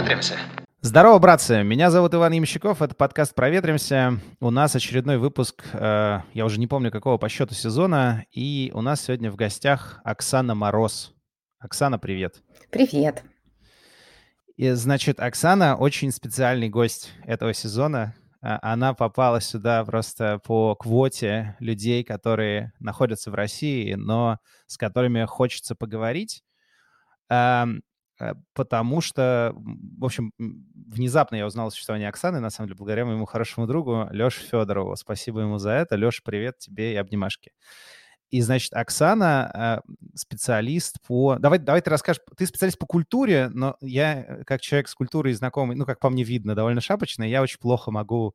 Проветримся. Здорово, братцы! Меня зовут Иван Ямщиков, это подкаст «Проветримся». У нас очередной выпуск, я уже не помню, какого по счету сезона, и у нас сегодня в гостях Оксана Мороз. Оксана, привет! Привет! И, значит, Оксана очень специальный гость этого сезона. Она попала сюда просто по квоте людей, которые находятся в России, но с которыми хочется поговорить. Потому что, в общем, внезапно я узнал о существовании Оксаны, на самом деле, благодаря моему хорошему другу Леше Федорову. Спасибо ему за это. Леша, привет тебе и обнимашки. И, значит, Оксана специалист по... Давай ты расскажешь. Ты специалист по культуре, но я, как человек с культурой знакомый, ну, как по мне видно, довольно шапочно, я очень плохо могу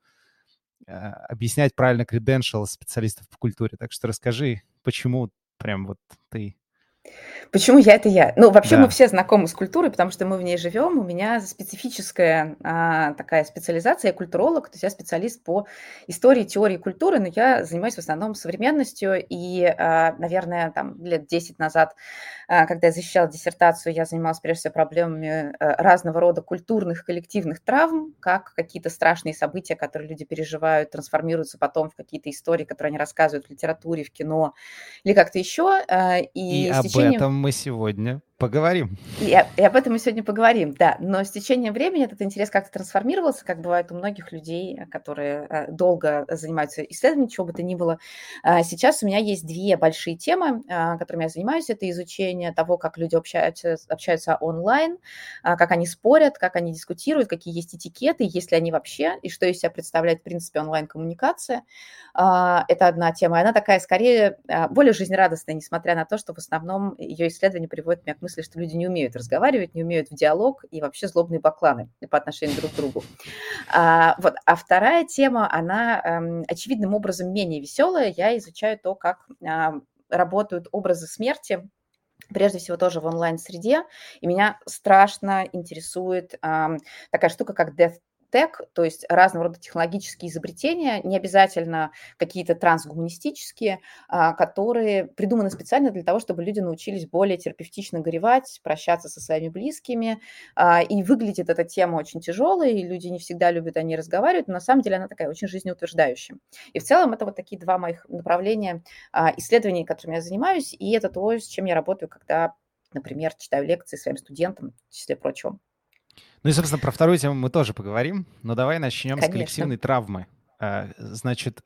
объяснять правильно credentials специалистов по культуре. Так что расскажи, почему прям вот ты... Почему я — это я? Ну, вообще Да. мы все знакомы с культурой, потому что мы в ней живем. У меня специфическая такая специализация, я культуролог, то есть я специалист по истории, теории культуры, но я занимаюсь в основном современностью. И, наверное, там лет 10 назад, когда я защищала диссертацию, я занималась прежде всего проблемами разного рода культурных коллективных травм, как какие-то страшные события, которые люди переживают, трансформируются потом в какие-то истории, которые они рассказывают в литературе, в кино или как-то еще. И об этом мы сегодня поговорим. И об этом мы сегодня поговорим, да. Но с течением времени этот интерес как-то трансформировался, как бывает у многих людей, которые долго занимаются исследованием, чего бы то ни было. Сейчас у меня есть две большие темы, которыми я занимаюсь. Это изучение того, как люди общаются онлайн, как они спорят, как они дискутируют, какие есть этикеты, есть ли они вообще, и что из себя представляет, в принципе, онлайн-коммуникация. Это одна тема. Она такая, скорее, более жизнерадостная, несмотря на то, что в основном ее исследование приводит меня к мысли, что люди не умеют разговаривать, не умеют в диалог и вообще злобные бакланы по отношению друг к другу. А вторая тема, она очевидным образом менее веселая. Я изучаю то, как работают образы смерти, прежде всего тоже в онлайн-среде. И меня страшно интересует такая штука, как death tech, то есть разного рода технологические изобретения, не обязательно какие-то трансгуманистические, которые придуманы специально для того, чтобы люди научились более терапевтично горевать, прощаться со своими близкими. И выглядит эта тема очень тяжелой, и люди не всегда любят о ней разговаривать, но на самом деле она такая очень жизнеутверждающая. И в целом это вот такие два моих направления исследований, которыми я занимаюсь, и это то, с чем я работаю, когда, например, читаю лекции своим студентам, в числе прочего. Ну и, собственно, про вторую тему мы тоже поговорим, но давай начнем Конечно. с коллективной травмы. Значит,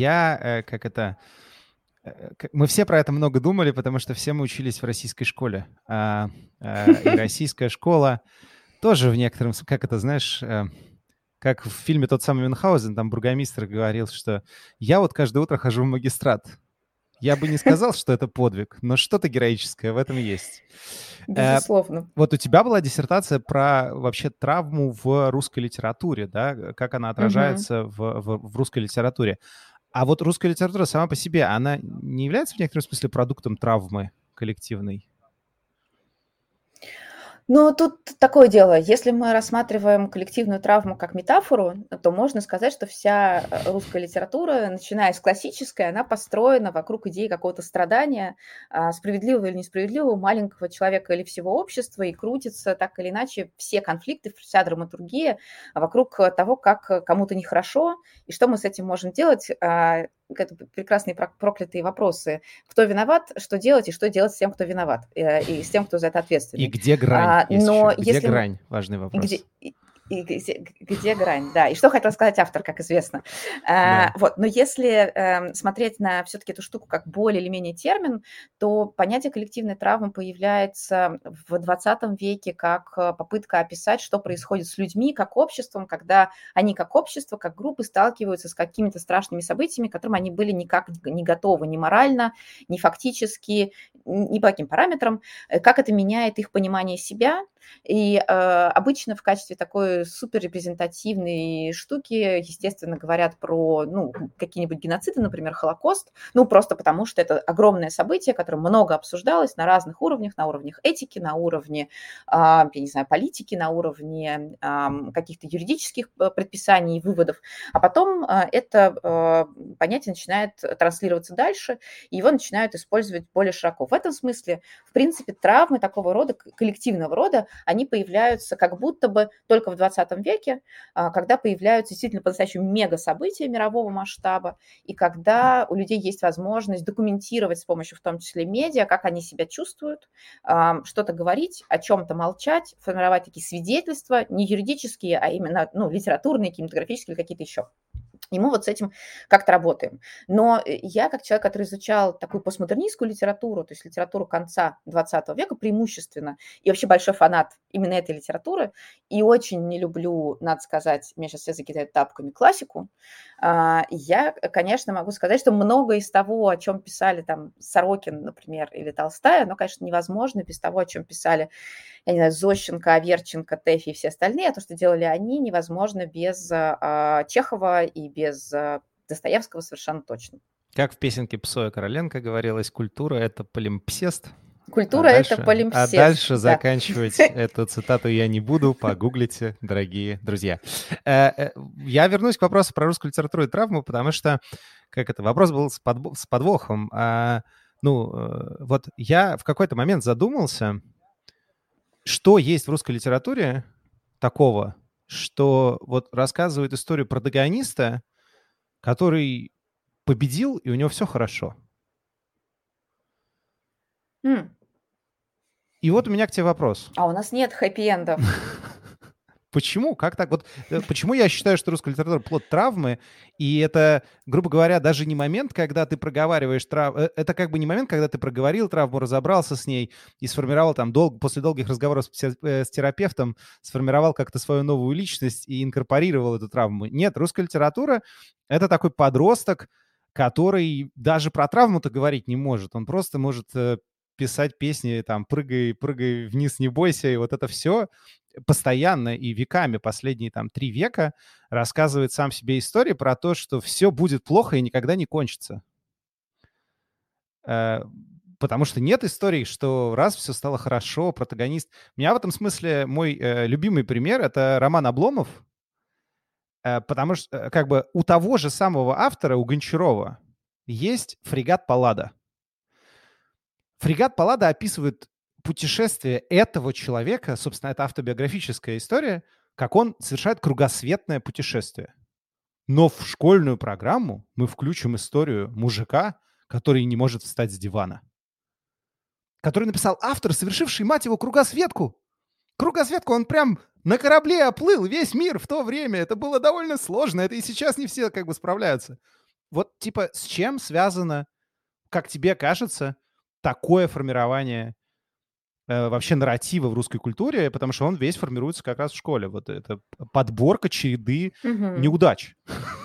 мы все про это много думали, потому что все мы учились в российской школе. И российская школа тоже в некотором... Как это, знаешь... Как в фильме «Тот самый Мюнхгаузен», там бургомистр говорил, что я вот каждое утро хожу в магистрат. Я бы не сказал, что это подвиг, но что-то героическое в этом есть. Безусловно. Вот у тебя была диссертация про вообще травму в русской литературе, да? Как она отражается в русской литературе. А вот русская литература сама по себе, она не является в некотором смысле продуктом травмы коллективной? Ну, тут такое дело. Если мы рассматриваем коллективную травму как метафору, то можно сказать, что вся русская литература, начиная с классической, она построена вокруг идеи какого-то страдания, справедливого или несправедливого, маленького человека или всего общества, и крутится так или иначе все конфликты, вся драматургия вокруг того, как кому-то нехорошо, и что мы с этим можем делать. Это прекрасные проклятые вопросы. Кто виноват, что делать, и что делать с тем, кто виноват, и с тем, кто за это ответственный. И где грань? Где грань? Важный вопрос. Где грань, да. И что хотел сказать автор, как известно. Да. Вот. Но если смотреть на все-таки эту штуку как более или менее термин, то понятие коллективной травмы появляется в 20 веке как попытка описать, что происходит с людьми, как обществом, когда они как общество, как группы сталкиваются с какими-то страшными событиями, к которым они были никак не готовы ни морально, ни фактически, ни по каким параметрам, как это меняет их понимание себя. И обычно в качестве такой суперрепрезентативной штуки, естественно, говорят про какие-нибудь геноциды, например, Холокост, просто потому что это огромное событие, которое много обсуждалось на разных уровнях, на уровнях этики, на уровне, я не знаю, политики, на уровне каких-то юридических предписаний и выводов. А потом это понятие начинает транслироваться дальше, и его начинают использовать более широко. этом смысле, в принципе, травмы такого рода, коллективного рода, они появляются как будто бы только в 20 веке, когда появляются действительно по-настоящему мега-события мирового масштаба, и когда у людей есть возможность документировать с помощью в том числе медиа, как они себя чувствуют, что-то говорить, о чем-то молчать, формировать такие свидетельства, не юридические, а именно литературные, кинематографические или какие-то еще. И мы вот с этим как-то работаем. Но я, как человек, который изучал такую постмодернистскую литературу, то есть литературу конца 20 века преимущественно, и вообще большой фанат именно этой литературы, и очень не люблю, надо сказать, меня сейчас все закидают тапками, классику, я, конечно, могу сказать, что многое из того, о чем писали там Сорокин, например, или Толстая, оно, конечно, невозможно без того, о чем писали, я не знаю, Зощенко, Аверченко, Тэфи и все остальные, а то, что делали они, невозможно без Чехова и без Достоевского совершенно точно. Как в песенке Псоя Короленко говорилось, культура — это полимпсест. Культура – это полимпсест. А дальше заканчивать эту цитату я не буду, погуглите, дорогие друзья. Я вернусь к вопросу про русскую литературу и травму, потому что вопрос был с подвохом. Вот я в какой-то момент задумался, что есть в русской литературе такого, что вот рассказывает историю протагониста, который победил, и у него все хорошо. И вот у меня к тебе вопрос. А у нас нет хэппи-эндов. Почему? Как так? Вот почему я считаю, что русская литература — плод травмы, и это, грубо говоря, даже не момент, когда ты проговариваешь травму, это как бы не момент, когда ты проговорил травму, разобрался с ней и сформировал там после долгих разговоров с терапевтом, сформировал как-то свою новую личность и инкорпорировал эту травму. Нет, русская литература — это такой подросток, который даже про травму-то говорить не может. Он просто может писать песни, там, прыгай, прыгай вниз, не бойся, и вот это все постоянно и веками, последние там 3 века, рассказывает сам себе истории про то, что все будет плохо и никогда не кончится. Потому что нет истории, что раз все стало хорошо, протагонист. У меня в этом смысле мой любимый пример — это роман Обломов, потому что как бы у того же самого автора, у Гончарова, есть «Фрегат Паллада». «Фрегат Паллада» описывает путешествие этого человека, собственно, это автобиографическая история, как он совершает кругосветное путешествие. Но в школьную программу мы включим историю мужика, который не может встать с дивана. Который написал автор, совершивший, мать его, кругосветку. Кругосветку, он прям на корабле оплыл весь мир в то время. Это было довольно сложно, это и сейчас не все как бы справляются. Вот типа с чем связано, как тебе кажется, такое формирование вообще нарратива в русской культуре, потому что он весь формируется как раз в школе. Вот это подборка череды неудач.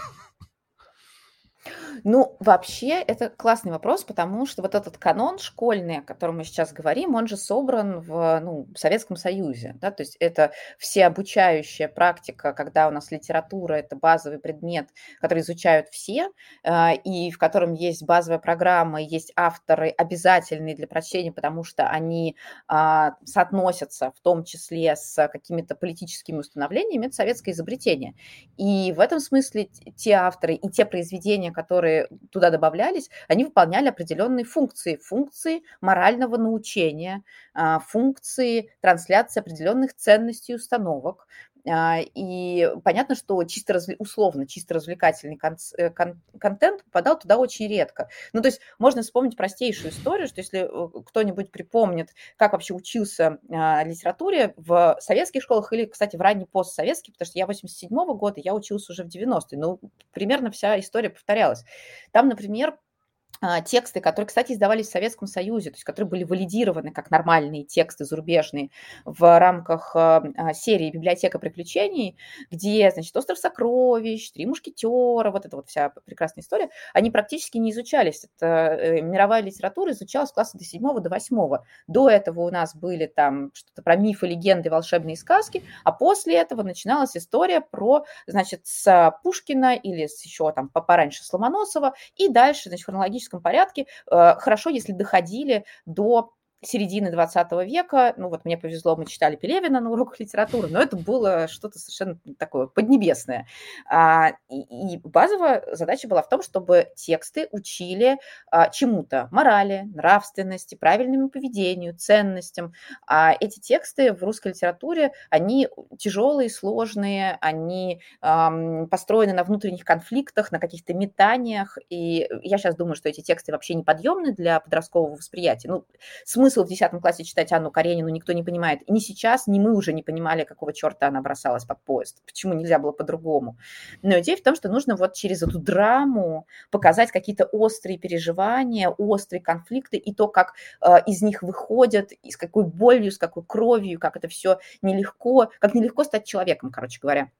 Ну, вообще, это классный вопрос, потому что вот этот канон школьный, о котором мы сейчас говорим, он же собран в Советском Союзе, да, то есть это всеобучающая практика, когда у нас литература — это базовый предмет, который изучают все, и в котором есть базовая программа, есть авторы обязательные для прочтения, потому что они соотносятся в том числе с какими-то политическими установлениями, это советское изобретение. И в этом смысле те авторы и те произведения, которые туда добавлялись, они выполняли определенные функции. Функции морального научения, функции трансляции определенных ценностей и установок. И понятно, что условно чисто развлекательный контент попадал туда очень редко. Ну, то есть можно вспомнить простейшую историю, что если кто-нибудь припомнит, как вообще учился литературе в советских школах или, кстати, в ранней постсоветских, потому что я 87-го года, я учился уже в 90-е, ну, примерно вся история повторялась. Там, например, тексты, которые, кстати, издавались в Советском Союзе, то есть которые были валидированы как нормальные тексты зарубежные в рамках серии «Библиотека приключений», где, значит, «Остров сокровищ», «Три мушкетера», вот эта вот вся прекрасная история, они практически не изучались. Это мировая литература изучалась с класса до 7-го, до 8-го. До этого у нас были там что-то про мифы, легенды, волшебные сказки, а после этого начиналась история про, значит, с Пушкина или с еще там пораньше с Ломоносова, и дальше, значит, в хронологическом порядке, хорошо, если доходили до середины 20 века. Ну, вот мне повезло, мы читали Пелевина на уроках литературы, но это было что-то совершенно такое поднебесное. И базовая задача была в том, чтобы тексты учили чему-то: морали, нравственности, правильному поведению, ценностям. А эти тексты в русской литературе, они тяжелые, сложные, они построены на внутренних конфликтах, на каких-то метаниях. И я сейчас думаю, что эти тексты вообще неподъемны для подросткового восприятия. Ну, смысл в 10 классе читать Анну Каренину никто не понимает. И ни сейчас, ни мы уже не понимали, какого черта она бросалась под поезд. Почему нельзя было по-другому. Но идея в том, что нужно вот через эту драму показать какие-то острые переживания, острые конфликты и то, как из них выходят, и с какой болью, с какой кровью, как это все нелегко, как нелегко стать человеком, короче говоря.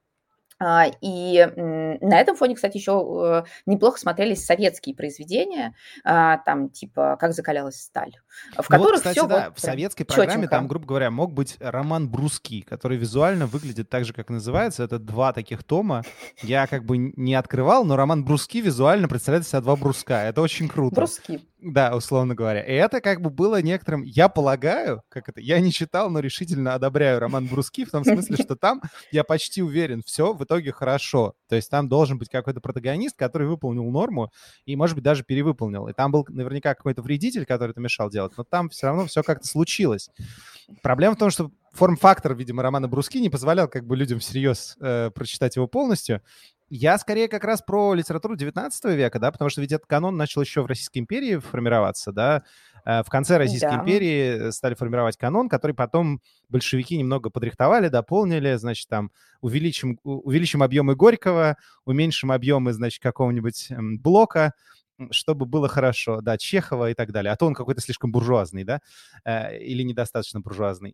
И на этом фоне, кстати, еще неплохо смотрелись советские произведения, там типа «Как закалялась сталь», в которых кстати, все да, вот в советской программе чётенько. там, грубо говоря, мог быть роман «Бруски», который визуально выглядит так же, как называется. Это 2 таких тома. Я как бы не открывал, но роман «Бруски» визуально представляет из себя 2 бруска. Это очень круто. Бруски. Да, условно говоря. И это как бы было некоторым... Я полагаю, я не читал, но решительно одобряю роман «Бруски» в том смысле, что там, я почти уверен, все в итоге хорошо. То есть там должен быть какой-то протагонист, который выполнил норму и, может быть, даже перевыполнил. И там был наверняка какой-то вредитель, который это мешал делать, но там все равно все как-то случилось. Проблема в том, что форм-фактор, видимо, романа «Бруски» не позволял как бы людям всерьез прочитать его полностью. Я скорее как раз про литературу 19 века, да, потому что ведь этот канон начал еще в Российской империи формироваться, да. В конце Российской Да. империи стали формировать канон, который потом большевики немного подрихтовали, дополнили, значит, там увеличим объемы Горького, уменьшим объемы, значит, какого-нибудь Блока, чтобы было хорошо, да, Чехова и так далее. А то он какой-то слишком буржуазный, да, или недостаточно буржуазный.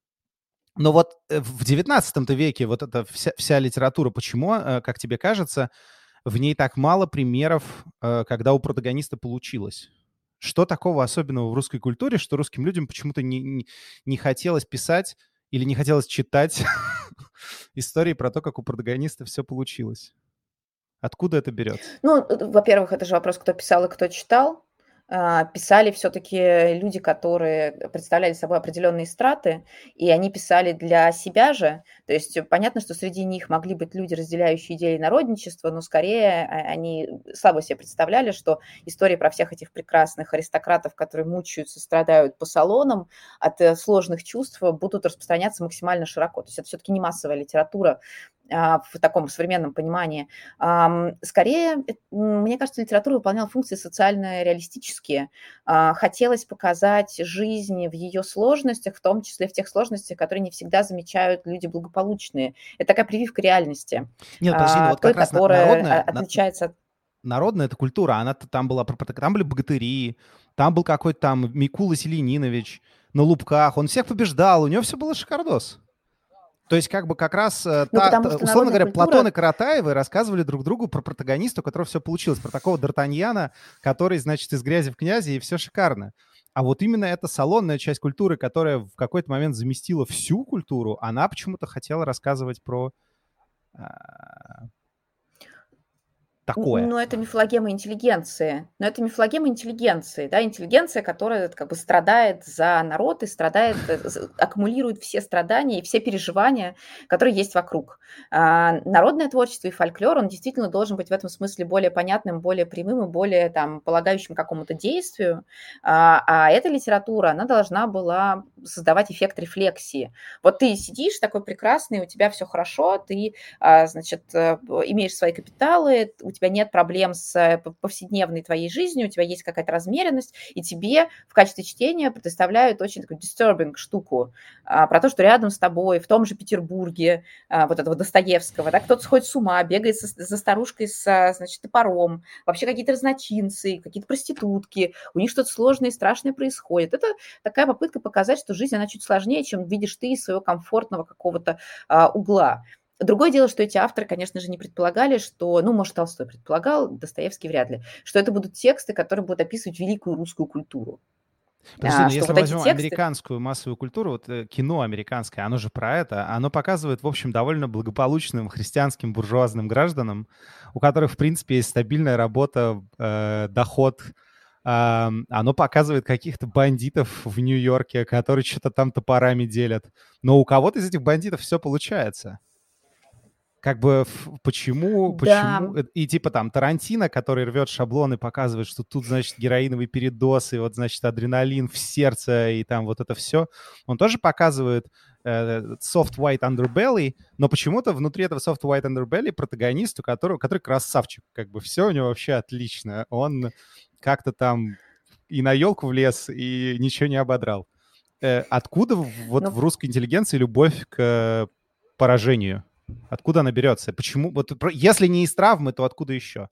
Но вот в 19 веке вот эта вся литература, почему, как тебе кажется, в ней так мало примеров, когда у протагониста получилось? Что такого особенного в русской культуре, что русским людям почему-то не хотелось писать или не хотелось читать истории про то, как у протагониста все получилось? Откуда это берется? Ну, во-первых, это же вопрос, кто писал и кто читал. Писали все-таки люди, которые представляли собой определенные страты, и они писали для себя же. То есть понятно, что среди них могли быть люди, разделяющие идеи народничества, но скорее они слабо себе представляли, что истории про всех этих прекрасных аристократов, которые мучаются, страдают по салонам от сложных чувств, будут распространяться максимально широко. То есть это все-таки не массовая литература в таком современном понимании. Скорее, мне кажется, литература выполняла функции социально-реалистические. Хотелось показать жизнь в ее сложностях, в том числе в тех сложностях, которые не всегда замечают люди благополучные. Это такая прививка реальности, Нет, подожди, ну вот той, как раз которая отличается от... народная эта культура, она там была, там были богатыри, там был какой-то там Микула Селенинович на Лубках, он всех побеждал, у него все было шикардос. То есть как бы как раз, условно говоря, культура... Платон и Каратаевы рассказывали друг другу про протагониста, у которого все получилось, про такого Д'Артаньяна, который, значит, из грязи в князи, и все шикарно. А вот именно эта салонная часть культуры, которая в какой-то момент заместила всю культуру, она почему-то хотела рассказывать про такое. Но это мифологема интеллигенции. Да, интеллигенция, которая как бы страдает за народ и страдает, аккумулирует все страдания и все переживания, которые есть вокруг. Народное творчество и фольклор, он действительно должен быть в этом смысле более понятным, более прямым и более там полагающим какому-то действию. А эта литература, она должна была создавать эффект рефлексии. Вот ты сидишь такой прекрасный, у тебя все хорошо, ты, значит, имеешь свои капиталы, у тебя нет проблем с повседневной твоей жизнью, у тебя есть какая-то размеренность, и тебе в качестве чтения предоставляют очень такую disturbing штуку про то, что рядом с тобой, в том же Петербурге, вот этого Достоевского, да, кто-то сходит с ума, бегает за старушкой с, значит, топором, вообще какие-то разночинцы, какие-то проститутки, у них что-то сложное и страшное происходит. Это такая попытка показать, что жизнь, она чуть сложнее, чем видишь ты из своего комфортного какого-то угла. Другое дело, что эти авторы, конечно же, не предполагали, что, ну, может, Толстой предполагал, Достоевский вряд ли, что это будут тексты, которые будут описывать великую русскую культуру. Подожди, но если мы возьмем американскую массовую культуру, вот кино американское, оно же про это, оно показывает, в общем, довольно благополучным христианским буржуазным гражданам, у которых, в принципе, есть стабильная работа, доход, Оно показывает каких-то бандитов в Нью-Йорке, которые что-то там топорами делят. Но у кого-то из этих бандитов все получается. Как бы почему... Да, И типа там Тарантино, который рвет шаблон и показывает, что тут, значит, героиновый передоз, и вот, значит, адреналин в сердце, и там вот это все. Он тоже показывает soft white underbelly, но почему-то внутри этого soft white underbelly протагонист, который красавчик. Как бы все у него вообще отлично. Он как-то там и на елку влез, и ничего не ободрал. Откуда вот в ну русской интеллигенции любовь к поражению? Откуда она берется? Почему? Вот если не из травмы, то откуда еще?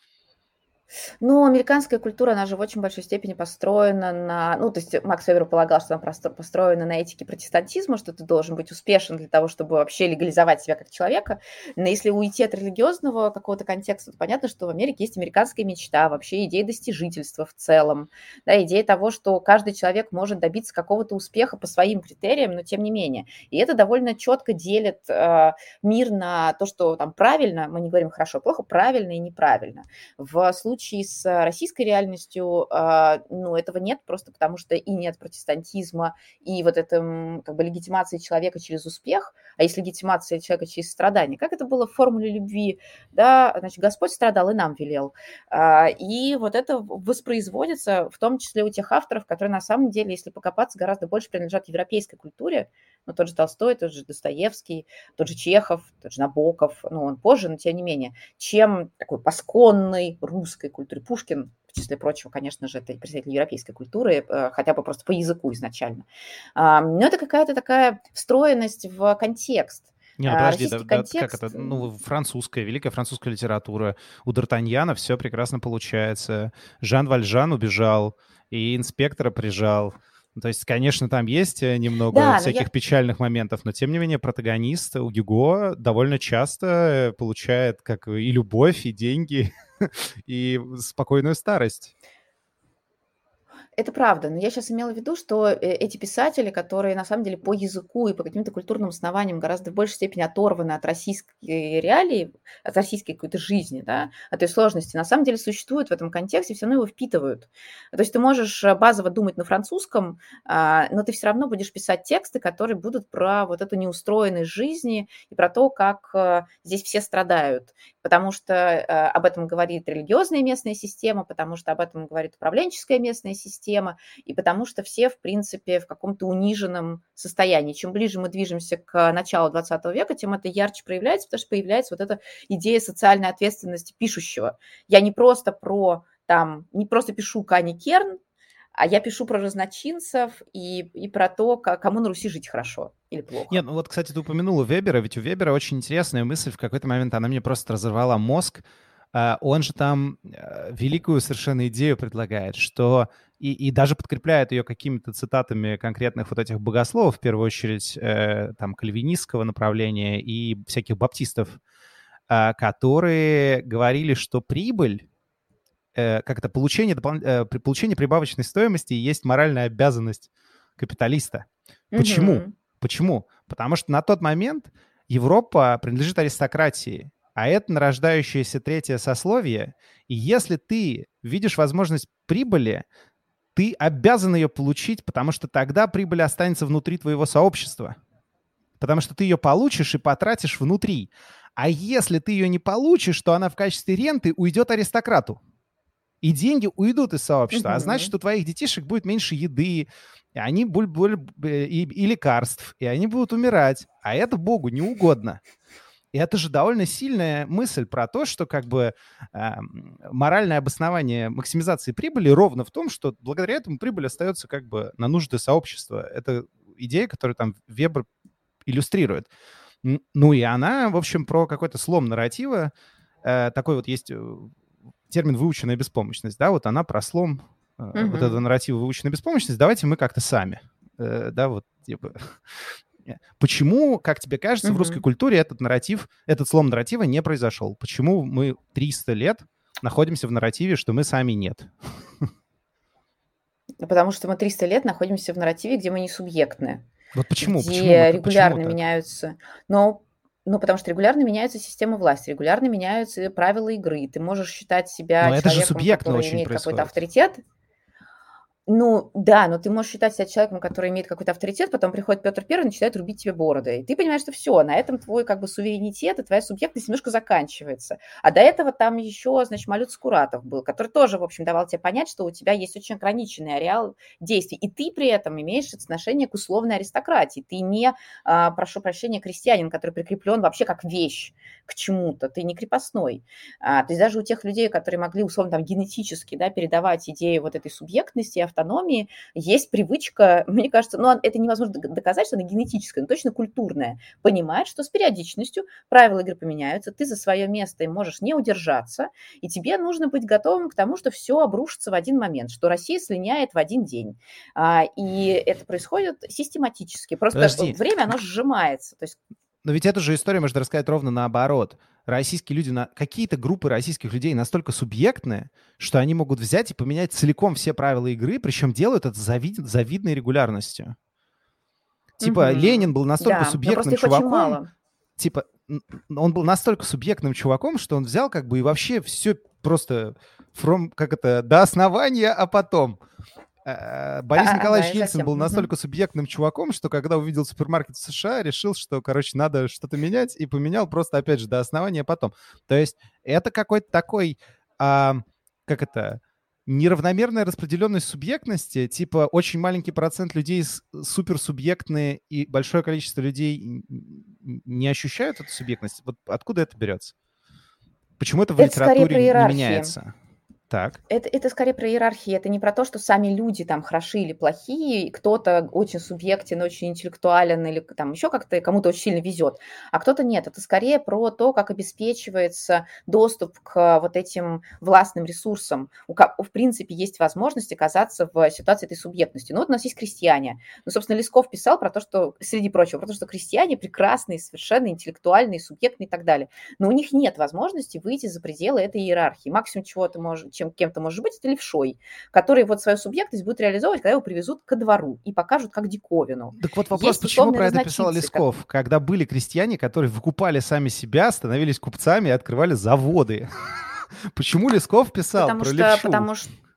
Ну, американская культура, она же в очень большой степени построена на... Ну, то есть Макс Вебер полагал, что она построена на этике протестантизма, что ты должен быть успешен для того, чтобы вообще легализовать себя как человека. Но если уйти от религиозного какого-то контекста, то понятно, что в Америке есть американская мечта, вообще идея достижительства в целом, да, идея того, что каждый человек может добиться какого-то успеха по своим критериям, но тем не менее. И это довольно четко делит мир на то, что там правильно, мы не говорим хорошо, плохо, правильно и неправильно. В случае с российской реальностью, ну, этого нет, просто потому что и нет протестантизма, и вот это как бы легитимации человека через успех, а есть легитимация человека через страдания. Как это было в формуле любви, да, значит, Господь страдал и нам велел. И вот это воспроизводится в том числе у тех авторов, которые на самом деле, если покопаться, гораздо больше принадлежат европейской культуре, ну, тот же Толстой, тот же Достоевский, тот же Чехов, тот же Набоков, ну, он позже, но тем не менее, чем такой пасконной русской культуре. Пушкин, в числе прочего, конечно же, это представитель европейской культуры, хотя бы просто по языку изначально. Но это какая-то такая встроенность в контекст. Не, ну подожди, Российский как контекст, это? Ну, французская, великая французская литература. У Д'Артаньяна все прекрасно получается. Жан Вальжан убежал, и инспектора прижал. Ну, то есть, конечно, там есть немного да, но всяких печальных моментов, но тем не менее протагонист у Гюго довольно часто получает как и любовь, и деньги, и спокойную старость. это правда, но я сейчас имела в виду, что эти писатели, которые на самом деле по языку и по каким-то культурным основаниям гораздо в большей степени оторваны от российской реалии, от российской какой-то жизни, да, от ее сложности, на самом деле существуют в этом контексте, все равно его впитывают. То есть ты можешь базово думать на французском, но ты все равно будешь писать тексты, которые будут про вот эту неустроенность жизни и про то, как здесь все страдают, потому что об этом говорит религиозная местная система, потому что об этом говорит управленческая местная система, и потому что все, в принципе, в каком-то униженном состоянии. Чем ближе мы движемся к началу 20 века, тем это ярче проявляется, потому что появляется вот эта идея социальной ответственности пишущего. Я не просто не просто пишу Кани Керн, а я пишу про разночинцев и про то, кому на Руси жить хорошо или плохо. Нет, ну вот, кстати, ты упомянула Вебера, ведь у Вебера очень интересная мысль, в какой-то момент она мне просто разорвала мозг. Он же там великую совершенно идею предлагает, что и даже подкрепляет ее какими-то цитатами конкретных вот этих богословов, в первую очередь там кальвинистского направления и всяких баптистов, которые говорили, что прибыль, как это, получение прибавочной стоимости есть моральная обязанность капиталиста. Почему? Мгм. Почему? Потому что на тот момент Европа принадлежит аристократии, а это нарождающееся третье сословие. И если ты видишь возможность прибыли, ты обязан ее получить, потому что тогда прибыль останется внутри твоего сообщества. Потому что ты ее получишь и потратишь внутри. А если ты ее не получишь, то она в качестве ренты уйдет аристократу. И деньги уйдут из сообщества. А значит, Мгм. у твоих детишек будет меньше еды, и они и лекарств, и они будут умирать. А это Богу не угодно. И это же довольно сильная мысль про то, что как бы моральное обоснование максимизации прибыли ровно в том, что благодаря этому прибыль остается как бы на нужды сообщества. Это идея, которую там Вебер иллюстрирует. Ну и она, в общем, про какой-то слом нарратива. Такой вот есть термин «выученная беспомощность», да, вот она про слом вот этого Мгм. нарратива «выученная беспомощность», давайте мы как-то сами, да, вот типа. Почему, как тебе кажется, в русской Мгм. культуре этот нарратив, этот слом нарратива не произошел? Почему мы 300 лет находимся в нарративе, что мы сами нет? Потому что мы 300 лет находимся в нарративе, где мы не субъектны, Вот почему? где Почему регулярно так? меняются, но ну, потому что регулярно меняется система власти, регулярно меняются правила игры. Ты можешь считать себя Но это же человеком, субъектно который очень имеет какой-то происходит. авторитет. Ну да, но ты можешь считать себя человеком, который имеет какой-то авторитет, потом приходит Петр Первый и начинает рубить тебе бороды. И ты понимаешь, что все, на этом твой как бы суверенитет и твоя субъектность немножко заканчивается. А до этого там еще, значит, Малют Скуратов был, который тоже, в общем, давал тебе понять, что у тебя есть очень ограниченный ареал действий. И ты при этом имеешь отношение к условной аристократии. Ты не, прошу прощения, крестьянин, который прикреплен вообще как вещь к чему-то. Ты не крепостной. То есть даже у тех людей, которые могли, условно, там, генетически, да, передавать идею вот этой субъектности, автономии, есть привычка, мне кажется, ну, это невозможно доказать, что она генетическая, но точно культурная, понимать, что с периодичностью правила игры поменяются, ты за свое место и можешь не удержаться, и тебе нужно быть готовым к тому, что все обрушится в один момент, что Россия слиняет в один день. И это происходит систематически. Просто Подожди, время, оно сжимается. То есть но ведь эту же историю можно рассказать ровно наоборот. Российские люди, какие-то группы российских людей настолько субъектные, что они могут взять и поменять целиком все правила игры, причем делают это с завидной регулярностью. Типа Ленин был настолько да, но просто субъектным их очень чуваком, мало. типа он был настолько субъектным чуваком, что он взял как бы и вообще все просто до основания, а потом. Борис Николаевич Да, Ельцин совсем. был настолько субъектным чуваком, что когда увидел супермаркет в США, решил, что, короче, надо что-то менять, и поменял просто, опять же, до основания потом. То есть это какой-то такой, как это, неравномерная распределенность субъектности, типа очень маленький процент людей суперсубъектные, и большое количество людей не ощущают эту субъектность. Вот откуда это берется? Почему это в Это скорее литературе про не иерархии. меняется? Так. Это скорее про иерархии. Это не про то, что сами люди там хороши или плохие, и кто-то очень субъектен, очень интеллектуален или там еще как-то кому-то очень сильно везет, а кто-то нет. Это скорее про то, как обеспечивается доступ к вот этим властным ресурсам. В принципе, есть возможность оказаться в ситуации этой субъектности. Ну вот у нас есть крестьяне. Ну, собственно, Лесков писал про то, что, среди прочего, про то, что крестьяне прекрасные, совершенно интеллектуальные, субъектные и так далее. Но у них нет возможности выйти за пределы этой иерархии. Максимум, чего ты можешь, чем кем-то можешь быть, это левшой, который вот свою субъектность будет реализовывать, когда его привезут ко двору и покажут как диковину. Так вот вопрос, Есть почему условные про это писал разночинцы. Лесков? Когда были крестьяне, которые выкупали сами себя, становились купцами и открывали заводы. Почему Лесков писал Потому про что, левшу?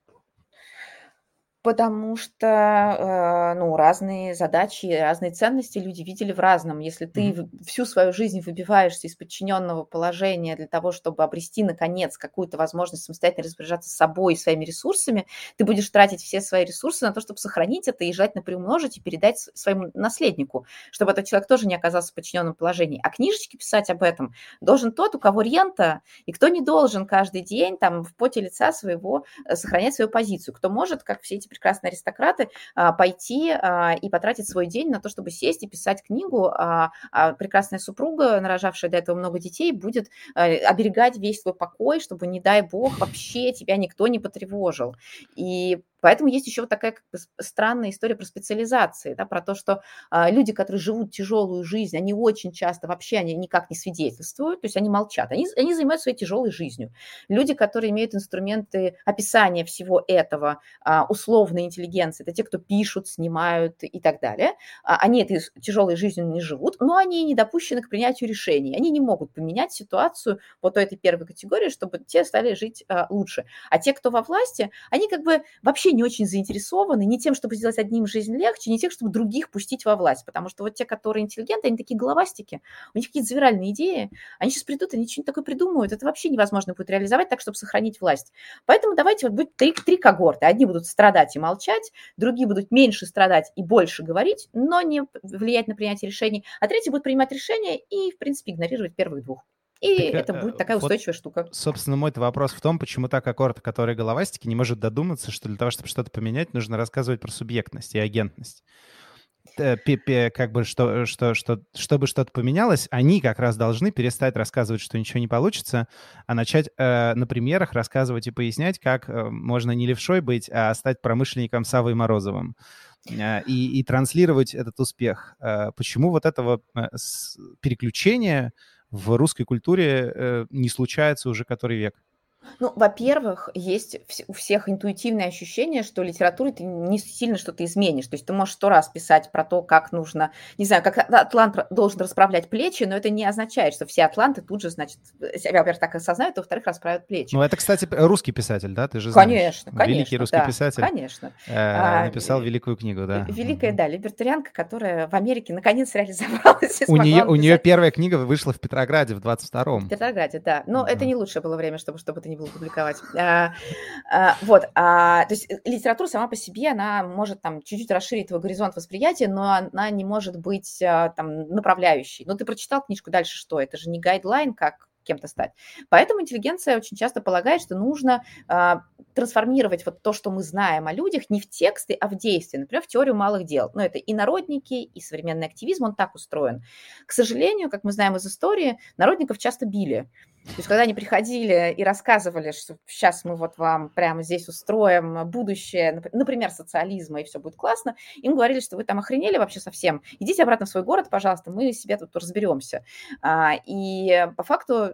Потому что, ну, разные задачи, разные ценности люди видели в разном. Если ты всю свою жизнь выбиваешься из подчиненного положения для того, чтобы обрести, наконец, какую-то возможность самостоятельно распоряжаться собой и своими ресурсами, ты будешь тратить все свои ресурсы на то, чтобы сохранить это и желательно приумножить и передать своему наследнику, чтобы этот человек тоже не оказался в подчиненном положении. А книжечки писать об этом должен тот, у кого рента, и кто не должен каждый день там в поте лица своего сохранять свою позицию, кто может, как все эти прекрасные аристократы, пойти и потратить свой день на то, чтобы сесть и писать книгу, а прекрасная супруга, нарожавшая до этого много детей, будет оберегать весь твой покой, чтобы, не дай бог, вообще тебя никто не потревожил. И поэтому есть еще вот такая как бы странная история про специализации, да, про то, что люди, которые живут тяжелую жизнь, они очень часто вообще они никак не свидетельствуют, то есть они молчат, они занимаются своей тяжелой жизнью. Люди, которые имеют инструменты описания всего этого, условной интеллигенции, это те, кто пишут, снимают и так далее. Они этой тяжелой жизнью не живут, но они не допущены к принятию решений. Они не могут поменять ситуацию вот у этой первой категории, чтобы те стали жить лучше. А те, кто во власти, они как бы вообще не очень заинтересованы ни тем, чтобы сделать одним жизнь легче, ни тем, чтобы других пустить во власть. Потому что вот те, которые интеллигенты, они такие головастики, у них какие-то завиральные идеи, они сейчас придут, они что-нибудь такое придумают, это вообще невозможно будет реализовать так, чтобы сохранить власть. Поэтому давайте вот будет три когорты. Одни будут страдать и молчать, другие будут меньше страдать и больше говорить, но не влиять на принятие решений, а третьи будут принимать решения и, в принципе, игнорировать первых двух. И Так, это будет такая вот, устойчивая штука. собственно, мой-то вопрос в том, почему та когорта, которая головастики, не может додуматься, что для того, чтобы что-то поменять, нужно рассказывать про субъектность и агентность. Как бы, чтобы что-то поменялось, они как раз должны перестать рассказывать, что ничего не получится, а начать на примерах рассказывать и пояснять, как можно не левшой быть, а стать промышленником Саввой Морозовым. И транслировать этот успех. Почему вот этого переключения в русской культуре не случается уже который век? Ну, во-первых, есть у всех интуитивное ощущение, что литературой ты не сильно что-то изменишь. То есть ты можешь 100 раз писать про то, как нужно, не знаю, как атлант должен расправлять плечи, но это не означает, что все атланты тут же, значит, себя, во-первых, так осознают, а во-вторых, расправят плечи. Ну, это, кстати, русский писатель, да? Ты же знаешь. Конечно, Великий конечно, русский да, писатель конечно. написал великую книгу, да. Великая, да, либертарианка, которая в Америке наконец реализовалась и У смогла нее написать. первая книга вышла в Петрограде в В 22-м. Петрограде, да. Но это Да. не лучшее было время, чтобы это не было публиковать. Вот. То есть литература сама по себе, она может там чуть-чуть расширить твой горизонт восприятия, но она не может быть там направляющей. Ну, ты прочитал книжку, дальше что? Это же не гайдлайн, как кем-то стать. Поэтому интеллигенция очень часто полагает, что нужно трансформировать вот то, что мы знаем о людях, не в тексты, а в действия. Например, в теорию малых дел. Ну, это и народники, и современный активизм, он так устроен. К сожалению, как мы знаем из истории, народников часто били. То есть, когда они приходили и рассказывали, что сейчас мы вот вам прямо здесь устроим будущее, например, социализма, и все будет классно, им говорили, что вы там охренели вообще совсем, идите обратно в свой город, пожалуйста, мы себе тут разберемся. И по факту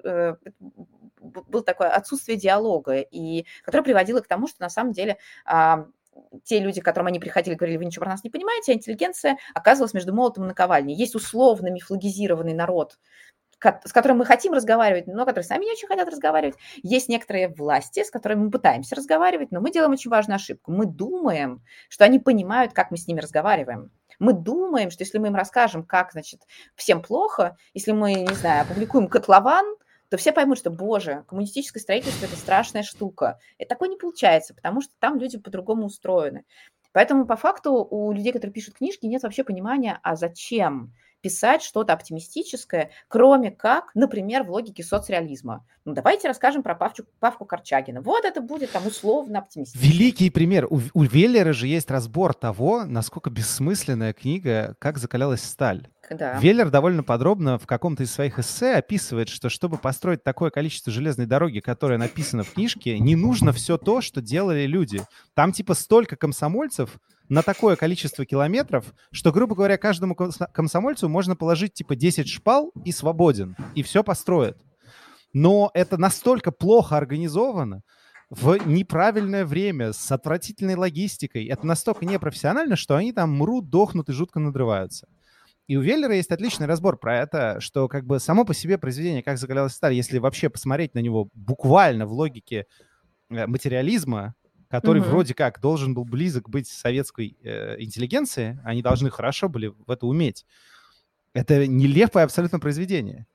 было такое отсутствие диалога, и которое приводило к тому, что на самом деле те люди, к которым они приходили, говорили, вы ничего про нас не понимаете, а интеллигенция оказывалась между молотом и наковальней. Есть условно мифологизированный народ, с которым мы хотим разговаривать, но которые сами не очень хотят разговаривать. Есть некоторые власти, с которыми мы пытаемся разговаривать, но мы делаем очень важную ошибку. Мы думаем, что они понимают, как мы с ними разговариваем. Мы думаем, что если мы им расскажем, как, значит, всем плохо, если мы, не знаю, опубликуем котлован, то все поймут, что, боже, коммунистическое строительство – это страшная штука. И такое не получается, потому что там люди по-другому устроены. Поэтому по факту у людей, которые пишут книжки, нет вообще понимания, а зачем писать что-то оптимистическое, кроме как, например, в логике соцреализма. Ну, давайте расскажем про Павку Корчагина. Вот это будет там условно оптимистично. Великий пример. У Веллера же есть разбор того, насколько бессмысленная книга «Как закалялась сталь». Да. Веллер довольно подробно в каком-то из своих эссе описывает, что чтобы построить такое количество железной дороги, которое написано в книжке, не нужно все то, что делали люди. Там типа столько комсомольцев на такое количество километров, что, грубо говоря, каждому комсомольцу можно положить типа 10 шпал и свободен, и все построят. Но это настолько плохо организовано, в неправильное время, с отвратительной логистикой. Это настолько непрофессионально, что они там мрут, дохнут и жутко надрываются. И у Веллера есть отличный разбор про это, что как бы само по себе произведение «Как закалялась сталь», если вообще посмотреть на него буквально в логике материализма, который вроде как должен был близок быть советской интеллигенции, они должны хорошо были в это уметь. Это нелепое абсолютно произведение.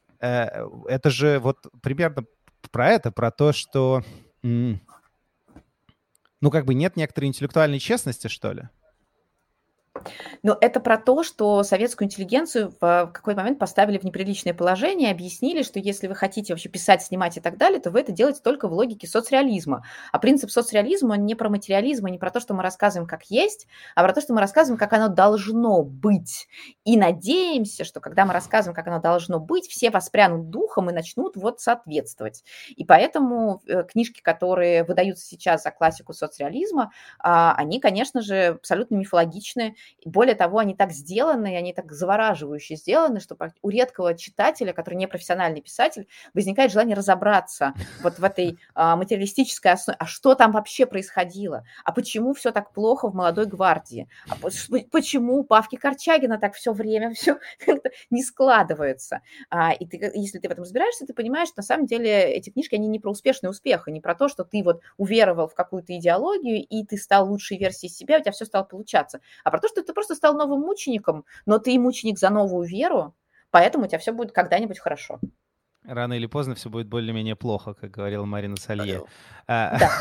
Это же вот примерно про то, что ну как бы нет некоторой интеллектуальной честности, что ли. Но это про то, что советскую интеллигенцию в какой-то момент поставили в неприличное положение, объяснили, что если вы хотите вообще писать, снимать и так далее, то вы это делаете только в логике соцреализма. А принцип соцреализма, он не про материализм, не про то, что мы рассказываем как есть, а про то, что мы рассказываем, как оно должно быть. И надеемся, что когда мы рассказываем, как оно должно быть, все воспрянут духом и начнут вот соответствовать. И поэтому книжки, которые выдаются сейчас за классику соцреализма, они, конечно же, абсолютно мифологичны. Более того, они так сделаны, они так завораживающе сделаны, что у редкого читателя, который не профессиональный писатель, возникает желание разобраться вот в этой материалистической основе. А что там вообще происходило? А почему все так плохо в «Молодой гвардии»? А почему у Павки Корчагина так все время все как-то не складывается? И если ты в этом разбираешься, ты понимаешь, что на самом деле эти книжки, они не про успешный успех, и не про то, что ты вот уверовал в какую-то идеологию, и ты стал лучшей версией себя, у тебя все стало получаться. А про то, что ты просто стал новым мучеником, но ты мученик за новую веру, поэтому у тебя все будет когда-нибудь хорошо. Рано или поздно все будет более-менее плохо, как говорила Марина Салье. Да.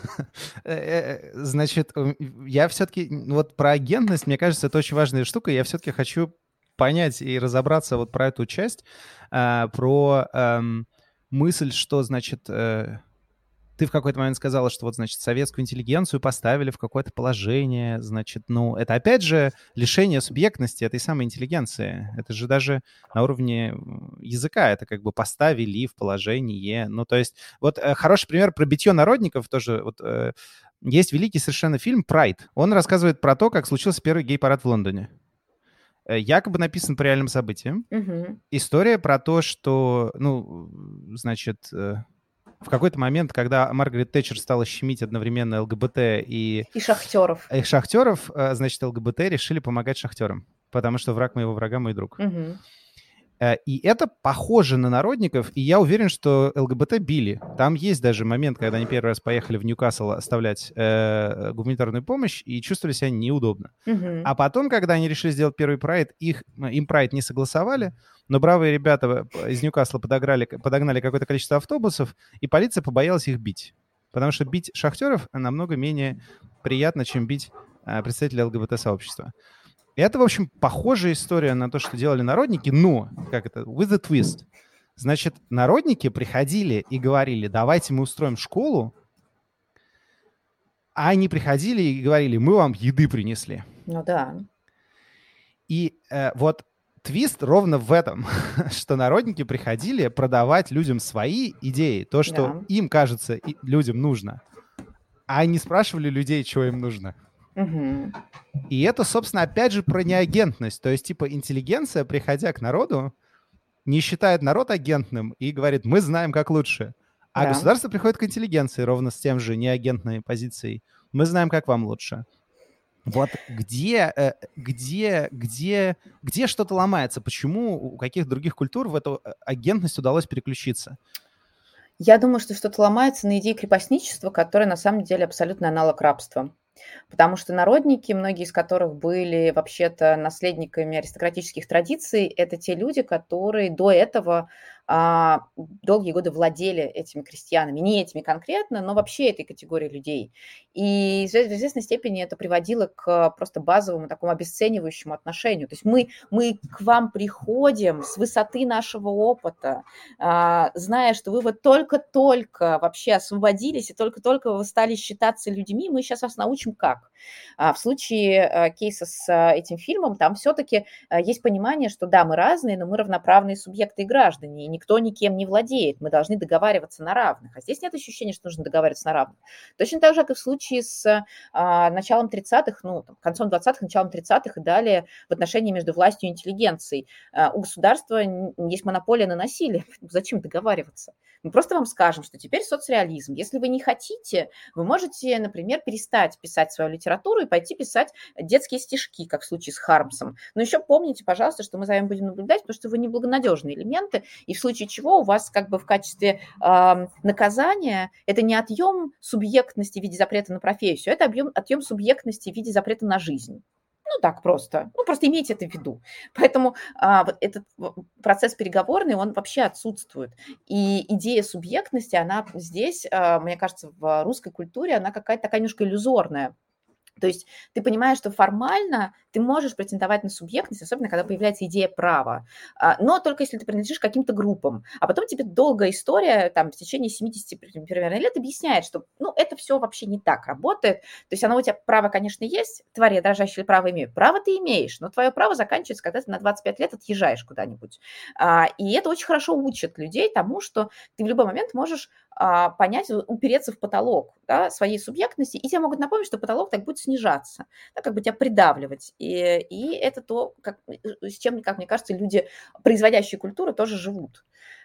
Значит, я все-таки... Вот про агентность, мне кажется, это очень важная штука. Я все-таки хочу понять и разобраться вот про эту часть, про мысль, что, значит... Ты в какой-то момент сказала, что вот, значит, советскую интеллигенцию поставили в какое-то положение, значит, ну, это опять же лишение субъектности этой самой интеллигенции. Это же даже на уровне языка, это как бы поставили в положение. Ну, то есть, вот хороший пример про битье народников тоже, вот есть великий совершенно фильм «Прайд». Он рассказывает про то, как случился первый гей-парад в Лондоне. Якобы написан по реальным событиям. История про то, что, ну, значит... в какой-то момент, когда Маргарет Тэтчер стала щемить одновременно ЛГБТ И шахтеров. шахтеров, значит, ЛГБТ решили помогать шахтерам, потому что враг моего врага мой друг. Мгм. И это похоже на народников, и я уверен, что ЛГБТ били. Там есть даже момент, когда они первый раз поехали в Ньюкасл оставлять гуманитарную помощь и чувствовали себя неудобно. Мгм. А потом, когда они решили сделать первый прайд, им прайд не согласовали, но бравые ребята из Ньюкасла подогнали какое-то количество автобусов, и полиция побоялась их бить. Потому что бить шахтеров намного менее приятно, чем бить представителей ЛГБТ-сообщества. И это, в общем, похожая история на то, что делали народники, но, как это, with a twist. Значит, народники приходили и говорили, давайте мы устроим школу, а они приходили и говорили, мы вам еды принесли. Ну да. И вот твист ровно в этом, что народники приходили продавать людям свои идеи, то, что Да. им кажется людям нужно, а они спрашивали людей, чего им нужно. Мгм. И это, собственно, опять же про неагентность. То есть, типа, интеллигенция, приходя к народу, не считает народ агентным и говорит, мы знаем, как лучше. А Да. государство приходит к интеллигенции ровно с тем же неагентной позицией. Мы знаем, как вам лучше. Вот где что-то ломается? Почему у каких других культур в эту агентность удалось переключиться? Я думаю, что что-то ломается на идее крепостничества, которое на самом деле абсолютно аналог рабства. Потому что народники, многие из которых были вообще-то наследниками аристократических традиций, это те люди, которые до этого долгие годы владели этими крестьянами. Не этими конкретно, но вообще этой категорией людей. И в известной степени это приводило к просто базовому такому обесценивающему отношению. То есть мы к вам приходим с высоты нашего опыта, зная, что вы вот только-только вообще освободились, и только-только вы стали считаться людьми, мы сейчас вас научим как. В случае кейса с этим фильмом, там все-таки есть понимание, что да, мы разные, но мы равноправные субъекты и граждане, и никто никем не владеет, мы должны договариваться на равных. А здесь нет ощущения, что нужно договариваться на равных. Точно так же, как и в случае с началом 30-х, ну, там, концом 20-х, началом 30-х и далее в отношении между властью и интеллигенцией. У государства есть монополия на насилие. Зачем договариваться? Мы просто вам скажем, что теперь соцреализм. Если вы не хотите, вы можете, например, перестать писать свою литературу и пойти писать детские стишки, как в случае с Хармсом. Но еще помните, пожалуйста, что мы за вами будем наблюдать, потому что вы неблагонадежные элементы, и в случае чего у вас как бы в качестве наказания это не отъем субъектности в виде запрета на профессию, это отъем субъектности в виде запрета на жизнь. Ну, так просто. Ну, просто имейте это в виду. Поэтому вот этот процесс переговорный, он вообще отсутствует. И идея субъектности, она здесь, мне кажется, в русской культуре, она какая-то такая немножко иллюзорная. То есть ты понимаешь, что формально ты можешь претендовать на субъектность, особенно когда появляется идея права, но только если ты принадлежишь каким-то группам. А потом тебе долгая история, там, в течение 70 примерно лет объясняет, что, ну, это все вообще не так работает. То есть оно у тебя право, конечно, есть, твари дрожащие право имеют. Право ты имеешь, но твое право заканчивается, когда ты на 25 лет отъезжаешь куда-нибудь. И это очень хорошо учит людей тому, что ты в любой момент можешь понять, упереться в потолок, да, своей субъектности, и тебе могут напомнить, что потолок так будет снижаться, да, как бы тебя придавливать. И это то, с чем, как мне кажется, люди, производящие культуру, тоже живут.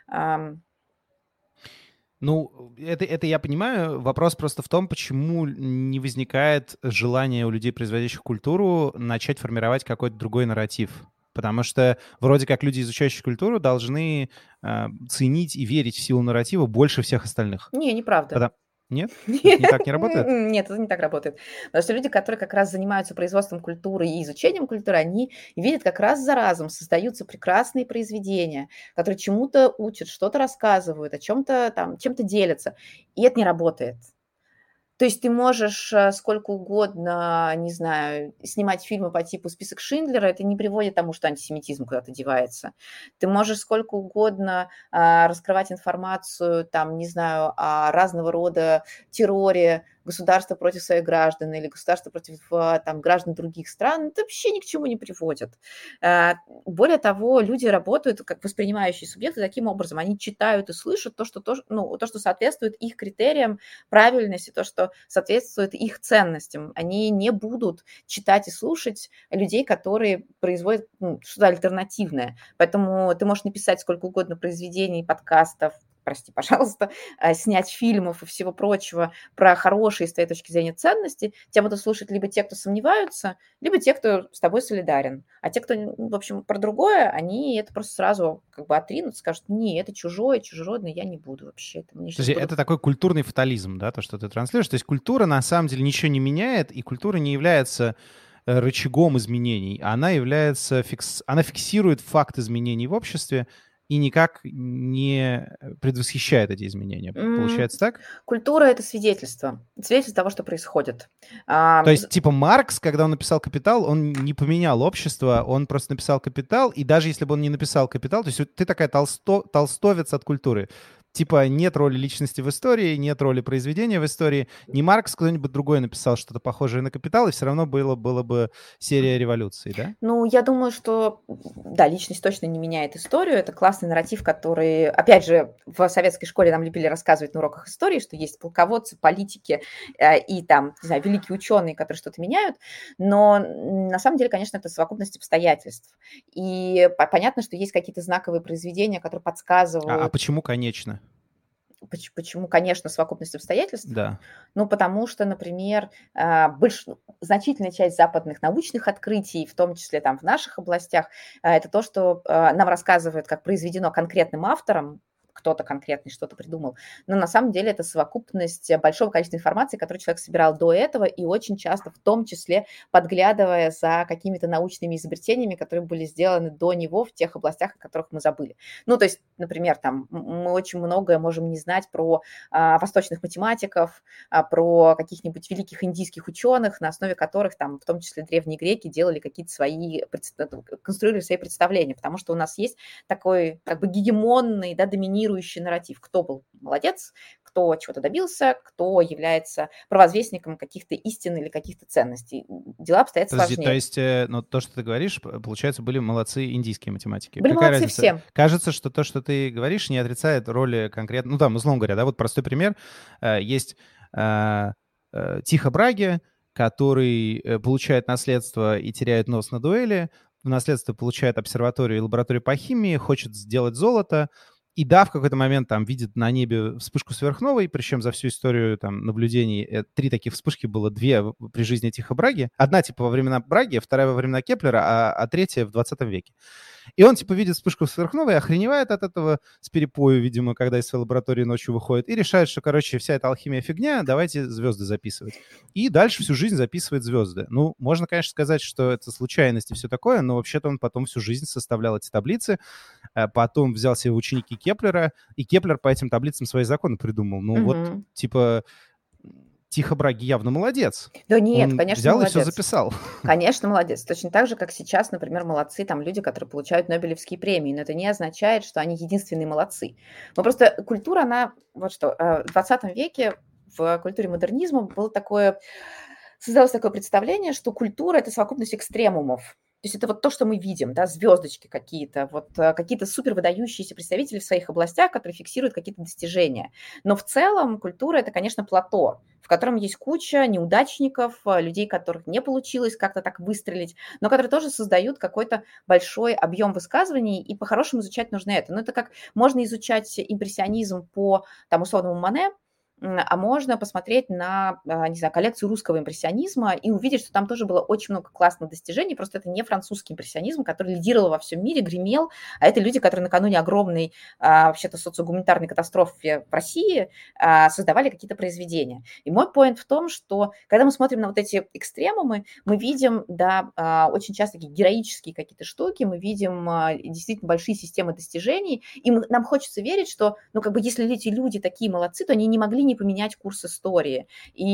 Ну, это я понимаю. Вопрос просто в том, почему не возникает желание у людей, производящих культуру, начать формировать какой-то другой нарратив. Потому что вроде как люди, изучающие культуру, должны ценить и верить в силу нарратива больше всех остальных. Не, неправда. Нет? Это не так не работает? Нет, это не так работает. Потому что люди, которые как раз занимаются производством культуры и изучением культуры, они видят, как раз за разом создаются прекрасные произведения, которые чему-то учат, что-то рассказывают, о чем-то там, чем-то делятся. И это не работает. То есть ты можешь сколько угодно, не знаю, снимать фильмы по типу «Список Шиндлера», это не приводит к тому, что антисемитизм куда-то девается. Ты можешь сколько угодно раскрывать информацию, там, не знаю, о разного рода терроре государства против своих граждан или государства против там, граждан других стран, это вообще ни к чему не приводит. Более того, люди работают как воспринимающие субъекты таким образом. Они читают и слышат то, что соответствует их критериям правильности, то, что соответствует их ценностям. Они не будут читать и слушать людей, которые производят что-то альтернативное. Поэтому ты можешь написать сколько угодно произведений, подкастов, прости, пожалуйста, снять фильмов и всего прочего про хорошие, с твоей точки зрения, ценности, тебя будут слушать либо те, кто сомневаются, либо те, кто с тобой солидарен. А те, кто, в общем, про другое, они это просто сразу как бы отринут, скажут: не, это чужое, чужеродное, я не буду вообще. Это мне То сейчас есть будут... это такой культурный фатализм, да, то, что ты транслируешь. То есть культура на самом деле ничего не меняет, и культура не является рычагом изменений. Она является она фиксирует факт изменений в обществе и никак не предвосхищает эти изменения. Получается так? Культура – это свидетельство. Свидетельство того, что происходит. То есть, типа, Маркс, когда он написал «Капитал», он не поменял общество, он просто написал «Капитал», и даже если бы он не написал «Капитал», то есть вот ты такая толстовец от культуры. Типа, нет роли личности в истории, нет роли произведения в истории. Не Маркс, кто-нибудь другой написал что-то похожее на «Капитал», и все равно было бы серия революций, да? Ну, я думаю, что, да, личность точно не меняет историю. Это классный нарратив, который, опять же, в советской школе нам любили рассказывать на уроках истории, что есть полководцы, политики и там, не знаю, великие ученые, которые что-то меняют. Но на самом деле, конечно, это совокупность обстоятельств. И понятно, что есть какие-то знаковые произведения, которые А подсказывают. почему, конечно? Почему, конечно, совокупность обстоятельств? Да. Ну, потому что, например, значительная часть западных научных открытий, в том числе там в наших областях, это то, что нам рассказывают, как произведено конкретным автором, кто-то конкретный что-то придумал, но на самом деле это совокупность большого количества информации, которую человек собирал до этого, и очень часто, в том числе, подглядывая за какими-то научными изобретениями, которые были сделаны до него в тех областях, о которых мы забыли. Ну, то есть, например, там мы очень многое можем не знать про восточных математиков, про каких-нибудь великих индийских ученых, на основе которых там, в том числе, древние греки делали какие-то свои, конструировали свои представления, потому что у нас есть такой как бы гегемонный, да, доминирующий нарратив, кто был молодец, кто чего-то добился, кто является провозвестником каких-то истин или каких-то ценностей. Дела обстоят Подожди, то сложнее. есть, ну, то, что ты говоришь, получается, были молодцы индийские математики. Были Какая молодцы разница? все. Кажется, что то, что ты говоришь, не отрицает роли конкретно... Ну, там, условно говоря, да, вот простой пример. Есть Тихо Браги, который получает наследство и теряет нос на дуэли, в наследство получает обсерваторию и лабораторию по химии, хочет сделать золото, и да, в какой-то момент там видит на небе вспышку сверхновой, причем за всю историю там наблюдений 3 таких вспышки было, 2 при жизни Тихо Браги. Одна типа во времена Браги, вторая во времена Кеплера, а третья в 20 веке. И он типа видит вспышку сверхновой, охреневает от этого с перепою, видимо, когда из своей лаборатории ночью выходит, и решает, что, короче, вся эта алхимия фигня, давайте звезды записывать. И дальше всю жизнь записывает звезды. Ну, можно, конечно, сказать, что это случайность и все такое, но вообще-то он потом всю жизнь составлял эти таблицы, потом взял себе в ученики Кеплера, и Кеплер по этим таблицам свои законы придумал. Ну вот, типа, Тихо Браги явно молодец. Да нет, Он конечно, взял и все молодец. записал. Конечно, молодец. Точно так же, как сейчас, например, молодцы там люди, которые получают Нобелевские премии. Но это не означает, что они единственные молодцы. Но просто культура, она, вот что, в 20 веке в культуре модернизма было такое, создалось такое представление, что культура – это совокупность экстремумов. То есть это вот то, что мы видим, да, звездочки какие-то, вот какие-то супер выдающиеся представители в своих областях, которые фиксируют какие-то достижения. Но в целом культура – это, конечно, плато, в котором есть куча неудачников, людей, которых не получилось как-то так выстрелить, но которые тоже создают какой-то большой объем высказываний, и по-хорошему изучать нужно это. Но это как можно изучать импрессионизм по, там, условному Мане, а можно посмотреть на, не знаю, коллекцию русского импрессионизма и увидеть, что там тоже было очень много классных достижений, просто это не французский импрессионизм, который лидировал во всем мире, гремел, а это люди, которые накануне огромной, вообще-то, социогуманитарной катастрофы в России создавали какие-то произведения. И мой поинт в том, что когда мы смотрим на вот эти экстремумы, мы видим, да, очень часто такие героические какие-то штуки, мы видим действительно большие системы достижений, и нам хочется верить, что, ну, как бы, если эти люди такие молодцы, то они не могли не поменять курс истории.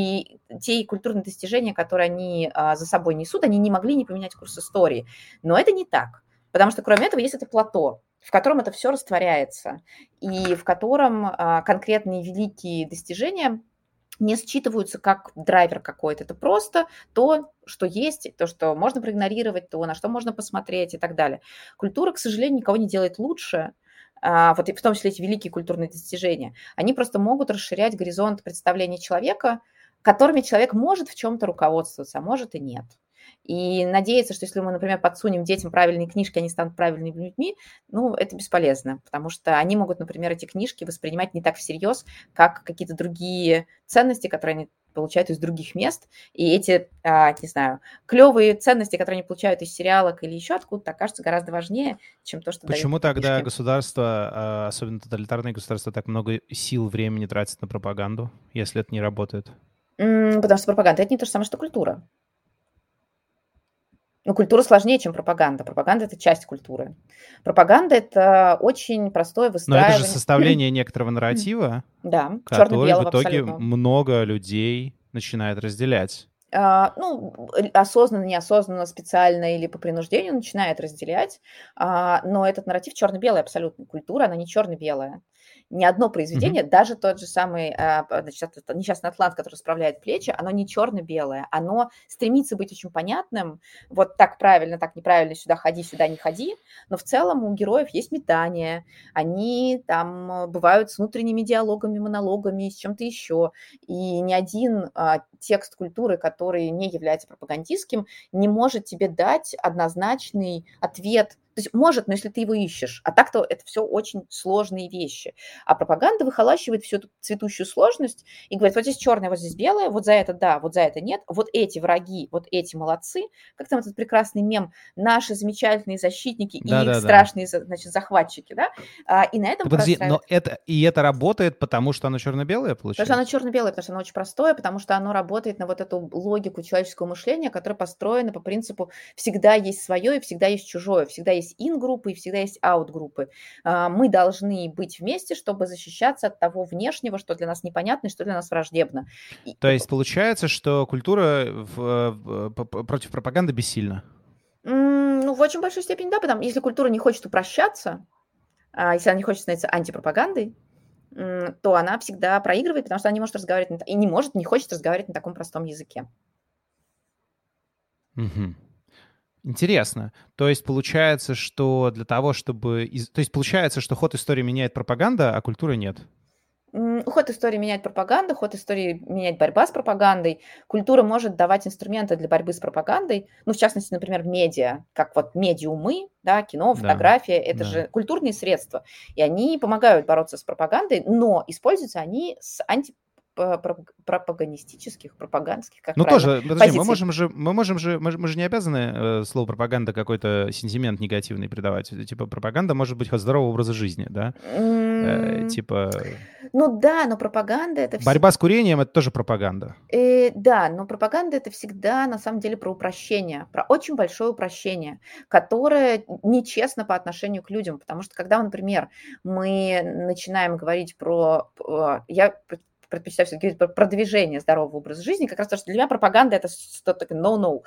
И те культурные достижения, которые они за собой несут, они не могли не поменять курс истории. Но это не так. Потому что кроме этого есть это плато, в котором это все растворяется, и в котором конкретные великие достижения не считываются как драйвер какой-то. Это просто то, что есть, то, что можно проигнорировать, то, на что можно посмотреть и так далее. Культура, к сожалению, никого не делает лучше, вот и в том числе эти великие культурные достижения, они просто могут расширять горизонт представления человека, которыми человек может в чем-то руководствоваться, а может и нет. И надеяться, что если мы, например, подсунем детям правильные книжки, они станут правильными людьми, ну, это бесполезно, потому что они могут, например, эти книжки воспринимать не так всерьез, как какие-то другие ценности, которые они получают из других мест. И эти, не знаю, клевые ценности, которые они получают из сериалок или еще откуда-то, окажутся гораздо важнее, чем то, что дают Почему в тогда книжке. государство, особенно тоталитарные государства, так много сил, времени тратит на пропаганду, если это не работает? Потому что пропаганда – это не то же самое, что культура. Ну, культура сложнее, чем пропаганда. Пропаганда – это часть культуры. Пропаганда – это очень простое Но это же выстраивание. составление некоторого нарратива, Да, который в черно-белого итоге абсолютно. много людей начинает разделять. Ну, осознанно, неосознанно, специально или по принуждению начинает разделять, но этот нарратив черно-белый абсолютно. Культура, она не черно-белая. Ни одно произведение, даже тот же самый, значит, «Несчастный атлант», который расправляет плечи, оно не черно-белое, оно стремится быть очень понятным, вот так правильно, так неправильно, сюда ходи, сюда не ходи, но в целом у героев есть метания, они там бывают с внутренними диалогами, монологами, с чем-то еще, и ни один текст культуры, который не является пропагандистским, не может тебе дать однозначный ответ. То есть может, но если ты его ищешь. А так-то это все очень сложные вещи. А пропаганда выхолащивает всю эту цветущую сложность и говорит, вот здесь черное, вот здесь белое, вот за это да, вот за это нет, вот эти враги, вот эти молодцы. Как там этот прекрасный мем, наши замечательные защитники и их Да-да-да. страшные, значит, захватчики, да? И на этом Подожди, но простраивает. это работает, потому что оно черно-белое, Потому что оно получается? черно-белое, потому что оно очень простое, потому что оно работает на вот эту логику человеческого мышления, которая построена по принципу всегда есть свое и всегда есть чужое, всегда есть ин-группы и всегда есть аут-группы. Мы должны быть вместе, чтобы защищаться от того внешнего, что для нас непонятно и что для нас враждебно. То есть получается, что культура против пропаганды бессильна? Ну, в очень большой степени, да, потому если культура не хочет упрощаться, если она не хочет становиться антипропагандой, то она всегда проигрывает, потому что она не может разговаривать и не может, не хочет разговаривать на таком простом языке. Мгм. Интересно. То есть получается, что для того, чтобы... То есть получается, что ход истории меняет пропаганда, а культуры нет? Ход истории меняет пропаганда, ход истории меняет борьба с пропагандой. Культура может давать инструменты для борьбы с пропагандой. Ну, в частности, например, медиа, как вот медиумы, да, кино, Да, фотография, это да. же культурные средства. И они помогают бороться с пропагандой, но используются они с антипропагандистических, пропагандских, как Ну правильно, тоже, подожди, позиций. мы же не обязаны слово пропаганда какой-то сентимент негативный придавать. Типа пропаганда может быть от здорового образа жизни, да? М, Типа Ну да, но пропаганда это борьба с курением — это тоже пропаганда. Да, но пропаганда это всегда на самом деле про упрощение, про очень большое упрощение, которое нечестно по отношению к людям, потому что когда, например, мы начинаем говорить я предпочитаю все-таки говорить про продвижение здорового образа жизни, как раз то, что для меня пропаганда это что-то такое no-no.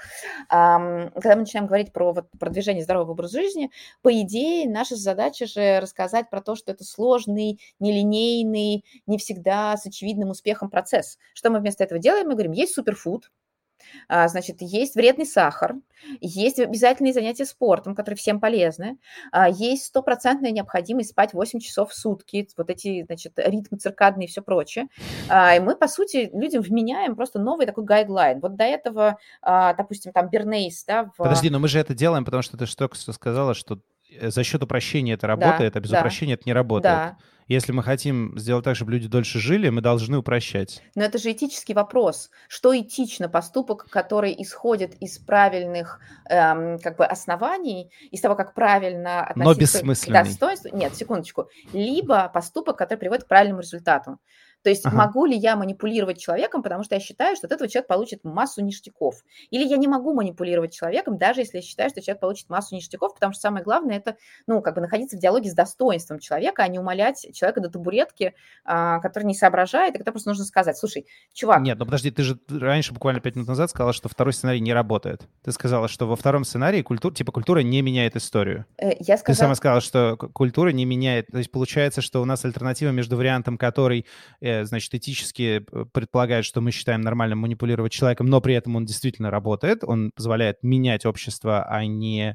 Когда мы начинаем говорить про вот продвижение здорового образа жизни, по идее, наша задача же рассказать про то, что это сложный, нелинейный, не всегда с очевидным успехом процесс. Что мы вместо этого делаем? Мы говорим, есть суперфуд, значит, есть вредный сахар, есть обязательные занятия спортом, которые всем полезны, есть стопроцентная необходимость спать 8 часов в сутки, вот эти, значит, ритмы циркадные и все прочее. И мы, по сути, людям вменяем просто новый такой гайдлайн. Вот до этого, допустим, там Бернейс, да, Подожди, но мы же это делаем, потому что ты же только что сказала, что за счет упрощения это да, работает, а без да, упрощения это не работает. да. Если мы хотим сделать так, чтобы люди дольше жили, мы должны упрощать. Но это же этический вопрос. Что этично? Поступок, который исходит из правильных как бы оснований, из того, как правильно Но относиться к бессмысленный. достоинству. Нет, секундочку. Либо поступок, который приводит к правильному результату. То есть Ага. могу ли я манипулировать человеком, потому что я считаю, что от этого человек получит массу ништяков. Или я не могу манипулировать человеком, даже если я считаю, что человек получит массу ништяков, потому что самое главное это, ну, как бы находиться в диалоге с достоинством человека, а не умалять человека до табуретки, который не соображает, и который просто нужно сказать, слушай, чувак, Нет, ну подожди, ты же раньше, буквально 5 минут назад, сказала, что второй сценарий не работает. Ты сказала, что во втором сценарии культура не меняет историю. я Ты сама сказала, сказала, что культура не меняет. То есть получается, что у нас альтернатива между вариантом, который, значит, этически предполагает, что мы считаем нормальным манипулировать человеком, но при этом он действительно работает, он позволяет менять общество, а не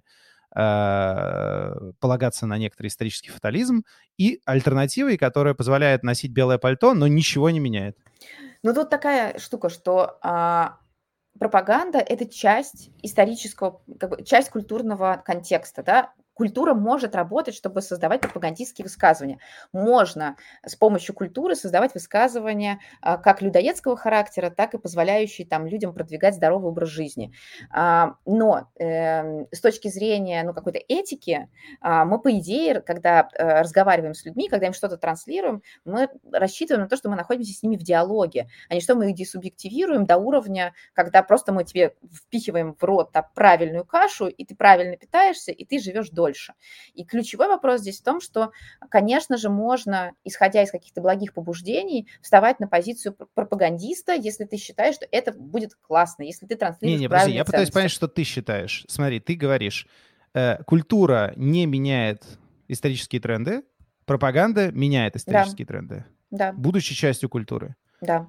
полагаться на некоторый исторический фатализм, и альтернативой, которая позволяет носить белое пальто, но ничего не меняет. ну тут такая штука, что пропаганда – это часть исторического, часть культурного контекста, да. Культура может работать, чтобы создавать пропагандистские высказывания. Можно с помощью культуры создавать высказывания как людоедского характера, так и позволяющие там людям продвигать здоровый образ жизни. Но с точки зрения какой-то этики, мы, по идее, когда разговариваем с людьми, когда им что-то транслируем, мы рассчитываем на то, что мы находимся с ними в диалоге, а не что мы их десубъективируем до уровня, когда просто мы тебе впихиваем в рот правильную кашу, и ты правильно питаешься, и ты живешь дольше. И ключевой вопрос здесь в том, что, конечно же, можно, исходя из каких-то благих побуждений, вставать на позицию пропагандиста, если ты считаешь, что это будет классно, если ты транслируешь Не, подожди, правильные я пытаюсь ценности. понять, что ты считаешь. Смотри, ты говоришь, культура не меняет исторические тренды, пропаганда меняет исторические тренды, будучи частью культуры. Да.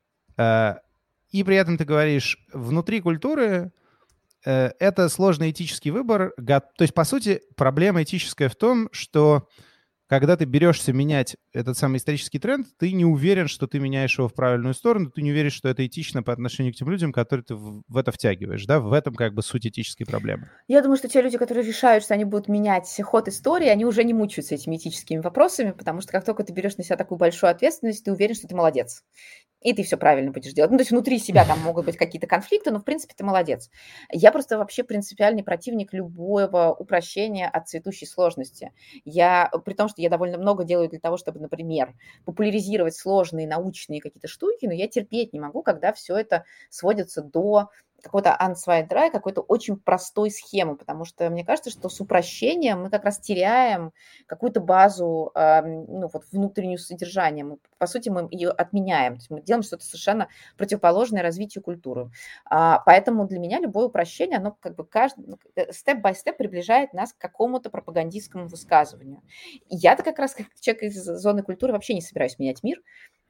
И при этом ты говоришь, внутри культуры это сложный этический выбор. То есть, по сути, проблема этическая в том, что когда ты берешься менять этот самый исторический тренд, ты не уверен, что ты меняешь его в правильную сторону, ты не уверен, что это этично по отношению к тем людям, которые ты в это втягиваешь, да? В этом как бы суть этической проблемы. Я думаю, что те люди, которые решают, что они будут менять ход истории, они уже не мучаются этими этическими вопросами, потому что как только ты берешь на себя такую большую ответственность, ты уверен, что ты молодец. И ты все правильно будешь делать. То есть внутри себя там могут быть какие-то конфликты, но, в принципе, ты молодец. Я просто вообще принципиальный противник любого упрощения от цветущей сложности. При том, что я довольно много делаю для того, чтобы, например, популяризировать сложные научные какие-то штуки, но я терпеть не могу, когда все это сводится до какой-то ансвайдрай, какой-то очень простой схемы, потому что мне кажется, что с упрощением мы как раз теряем какую-то базу, внутреннюю содержание. По сути, мы ее отменяем. То есть мы делаем что-то совершенно противоположное развитию культуры. Поэтому для меня любое упрощение, оно как бы степ-бай-степ приближает нас к какому-то пропагандистскому высказыванию. И я-то как раз как человек из зоны культуры вообще не собираюсь менять мир.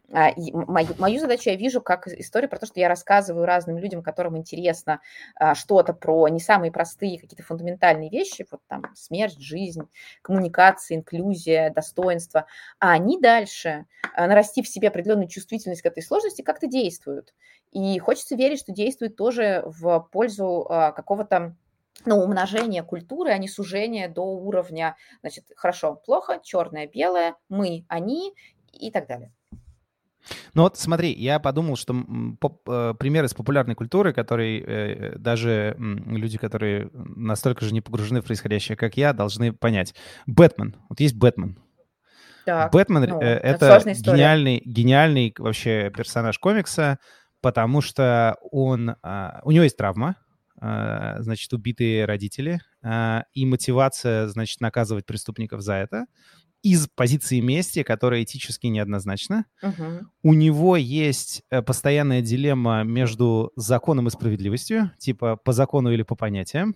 Мою задачу я вижу как историю про то, что я рассказываю разным людям, которым интересно что-то про не самые простые какие-то фундаментальные вещи, вот там смерть, жизнь, коммуникация, инклюзия, достоинство, а они дальше, нарастив в себе определенную чувствительность к этой сложности, как-то действуют. И хочется верить, что действует тоже в пользу какого-то умножение культуры, а не сужение до уровня, значит, хорошо, плохо, черное, белое, мы, они и так далее. Ну вот смотри, я подумал, что пример из популярной культуры, который даже люди, которые настолько же не погружены в происходящее, как я, должны понять. Бэтмен. Вот есть Бэтмен. Так, Бэтмен это гениальный вообще персонаж комикса, потому что у него есть травма, значит, убитые родители, и мотивация, значит, наказывать преступников за это из позиции мести, которая этически неоднозначна. Угу. У него есть постоянная дилемма между законом и справедливостью, типа по закону или по понятиям.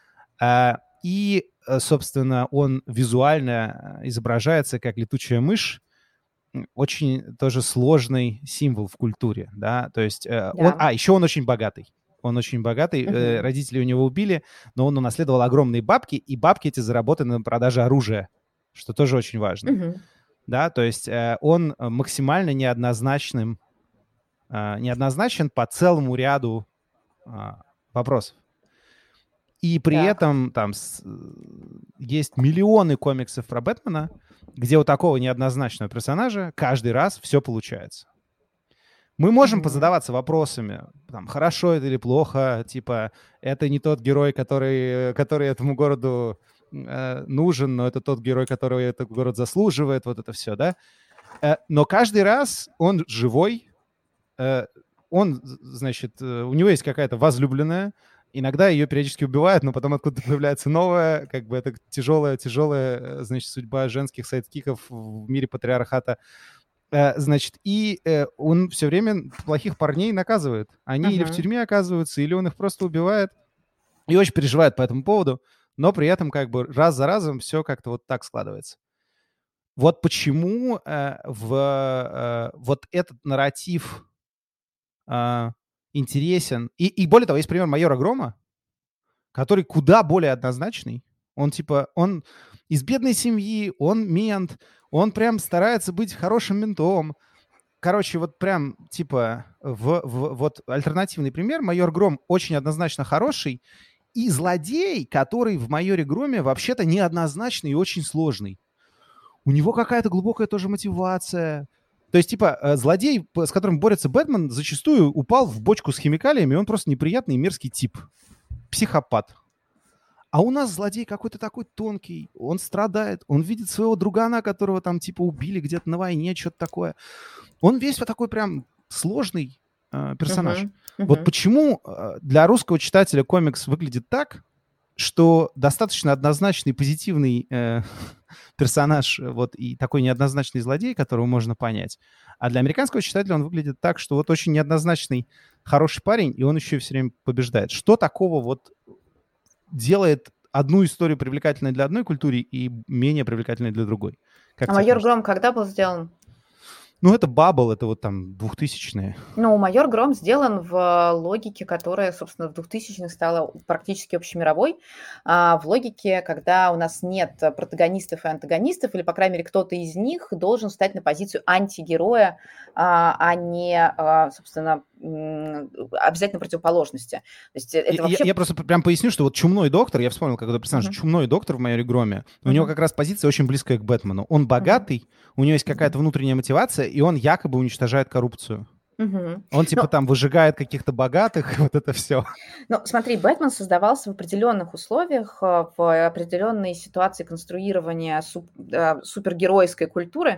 И, собственно, он визуально изображается как летучая мышь, очень тоже сложный символ в культуре, да, то есть еще он очень богатый. Он очень богатый, родители у него убили, но он унаследовал огромные бабки, и бабки эти заработаны на продаже оружия, что тоже очень важно. Да, то есть он максимально неоднозначен по целому ряду вопросов. И при этом там есть миллионы комиксов про Бэтмена, где у такого неоднозначного персонажа каждый раз все получается. Мы можем позадаваться вопросами, там, хорошо это или плохо, типа, это не тот герой, который этому городу нужен, но это тот герой, которого этот город заслуживает, вот это все, да? Но каждый раз он живой, он, значит, у него есть какая-то возлюбленная, иногда ее периодически убивают, но потом откуда-то появляется новая, как бы это тяжелая, значит, судьба женских сайдкиков в мире патриархата. Значит, и он все время плохих парней наказывает. Они или в тюрьме оказываются, или он их просто убивает. И очень переживает по этому поводу, но при этом как бы раз за разом все как-то вот так складывается. Вот почему вот этот нарратив интересен. И более того, есть пример майора Грома, который куда более однозначный. Он из бедной семьи, он мент, он прям старается быть хорошим ментом. короче, вот прям, типа, вот альтернативный пример. «Майор Гром» очень однозначно хороший, и злодей, который в «Майоре Громе» вообще-то неоднозначный и очень сложный. У него какая-то глубокая тоже мотивация. То есть, типа, злодей, с которым борется Бэтмен, зачастую упал в бочку с химикалиями, и он просто неприятный и мерзкий тип. Психопат. А у нас злодей какой-то такой тонкий, он страдает, он видит своего другана, которого там, типа, убили где-то на войне, что-то такое. Он весь вот такой прям сложный персонаж. Вот почему для русского читателя комикс выглядит так, что достаточно однозначный позитивный персонаж, вот, и такой неоднозначный злодей, которого можно понять. А для американского читателя он выглядит так, что вот очень неоднозначный хороший парень, и он еще и все время побеждает. Что такого вот делает одну историю привлекательной для одной культуры и менее привлекательной для другой? Как тебе «Майор кажется? Гром» когда был сделан? Ну, это Баббл, это вот там 2000-е. Ну, «Майор Гром» сделан в логике, которая, собственно, в 2000-х стала практически общемировой, в логике, когда у нас нет протагонистов и антагонистов, или, по крайней мере, кто-то из них должен встать на позицию антигероя, а не, собственно, обязательно противоположности. То есть это вообще... Я просто прям поясню, что вот Чумной доктор, я вспомнил, какой персонаж, Чумной доктор в «Майоре Громе», у него как раз позиция очень близкая к Бэтмену. Он богатый, у него есть какая-то внутренняя мотивация, и он якобы уничтожает коррупцию. Он типа там выжигает каких-то богатых, вот это все. Ну, смотри, Бэтмен создавался в определенных условиях, в определенной ситуации конструирования супергеройской культуры,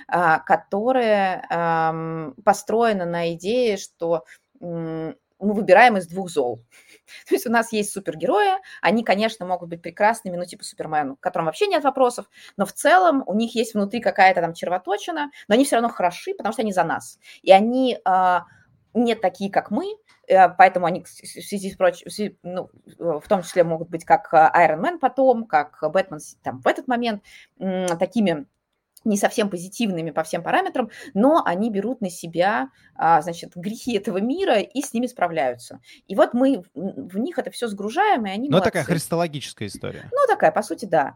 которая построена на идее, что мы выбираем из двух зол. То есть у нас есть супергерои, они, конечно, могут быть прекрасными, ну, типа Супермену, к которому вообще нет вопросов, но в целом у них есть внутри какая-то там червоточина, но они все равно хороши, потому что они за нас. И они не такие, как мы, поэтому они в связи с прочим, ну, в том числе могут быть как Iron Man потом, как Бэтмен там в этот момент, такими не совсем позитивными по всем параметрам, но они берут на себя, значит, грехи этого мира и с ними справляются. И вот мы в них это все сгружаем, и они молодцы. Ну, такая христологическая история. Ну, такая, по сути, да.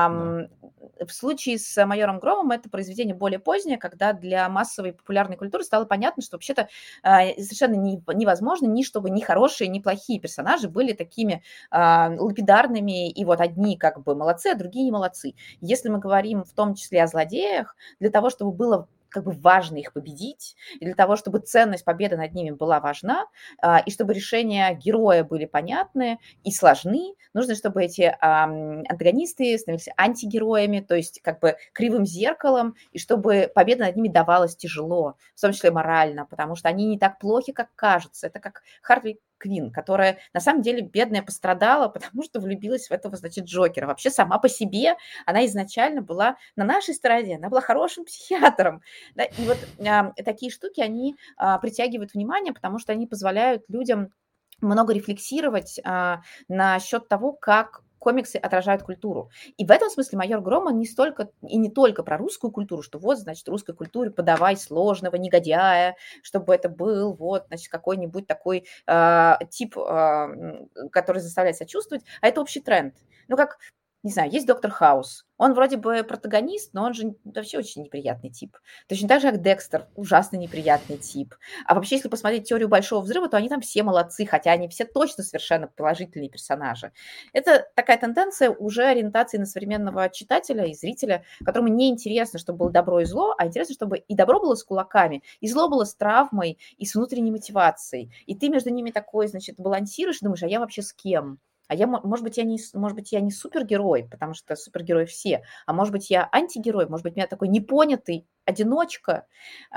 В случае с «Майором Громом» это произведение более позднее, когда для массовой популярной культуры стало понятно, что вообще-то совершенно невозможно ни чтобы ни хорошие, ни плохие персонажи были такими лапидарными, и вот одни как бы молодцы, а другие не молодцы. Если мы говорим в том числе о злодеях, для того, чтобы было как бы важно их победить, и для того, чтобы ценность победы над ними была важна, и чтобы решения героя были понятны и сложны, нужно, чтобы эти антагонисты становились антигероями, то есть как бы кривым зеркалом, и чтобы победа над ними давалась тяжело, в том числе морально, потому что они не так плохи, как кажется. Это как Харли Квинн, которая на самом деле бедная пострадала, потому что влюбилась в этого, значит, Джокера. Вообще сама по себе она изначально была на нашей стороне, она была хорошим психиатром. Да? И вот такие штуки, они притягивают внимание, потому что они позволяют людям много рефлексировать насчет того, как комиксы отражают культуру. И в этом смысле «Майор Гром» он не столько и не только про русскую культуру, что вот, значит, русской культуре подавай сложного негодяя, чтобы это был вот, значит, какой-нибудь такой тип, который заставляет сочувствовать, а это общий тренд. Ну, как, не знаю, есть Доктор Хаус. Он вроде бы протагонист, но он же вообще очень неприятный тип. Точно так же, как Декстер, ужасно неприятный тип. А вообще, если посмотреть «Теорию большого взрыва», то они там все молодцы, хотя они все точно совершенно положительные персонажи. Это такая тенденция уже ориентации на современного читателя и зрителя, которому не интересно, чтобы было добро и зло, а интересно, чтобы и добро было с кулаками, и зло было с травмой, и с внутренней мотивацией. И ты между ними такой, значит, балансируешь и думаешь, а я вообще с кем? А я, может быть, я не супергерой, потому что супергерои все, а может быть, я антигерой, может быть, у меня такой непонятый одиночка.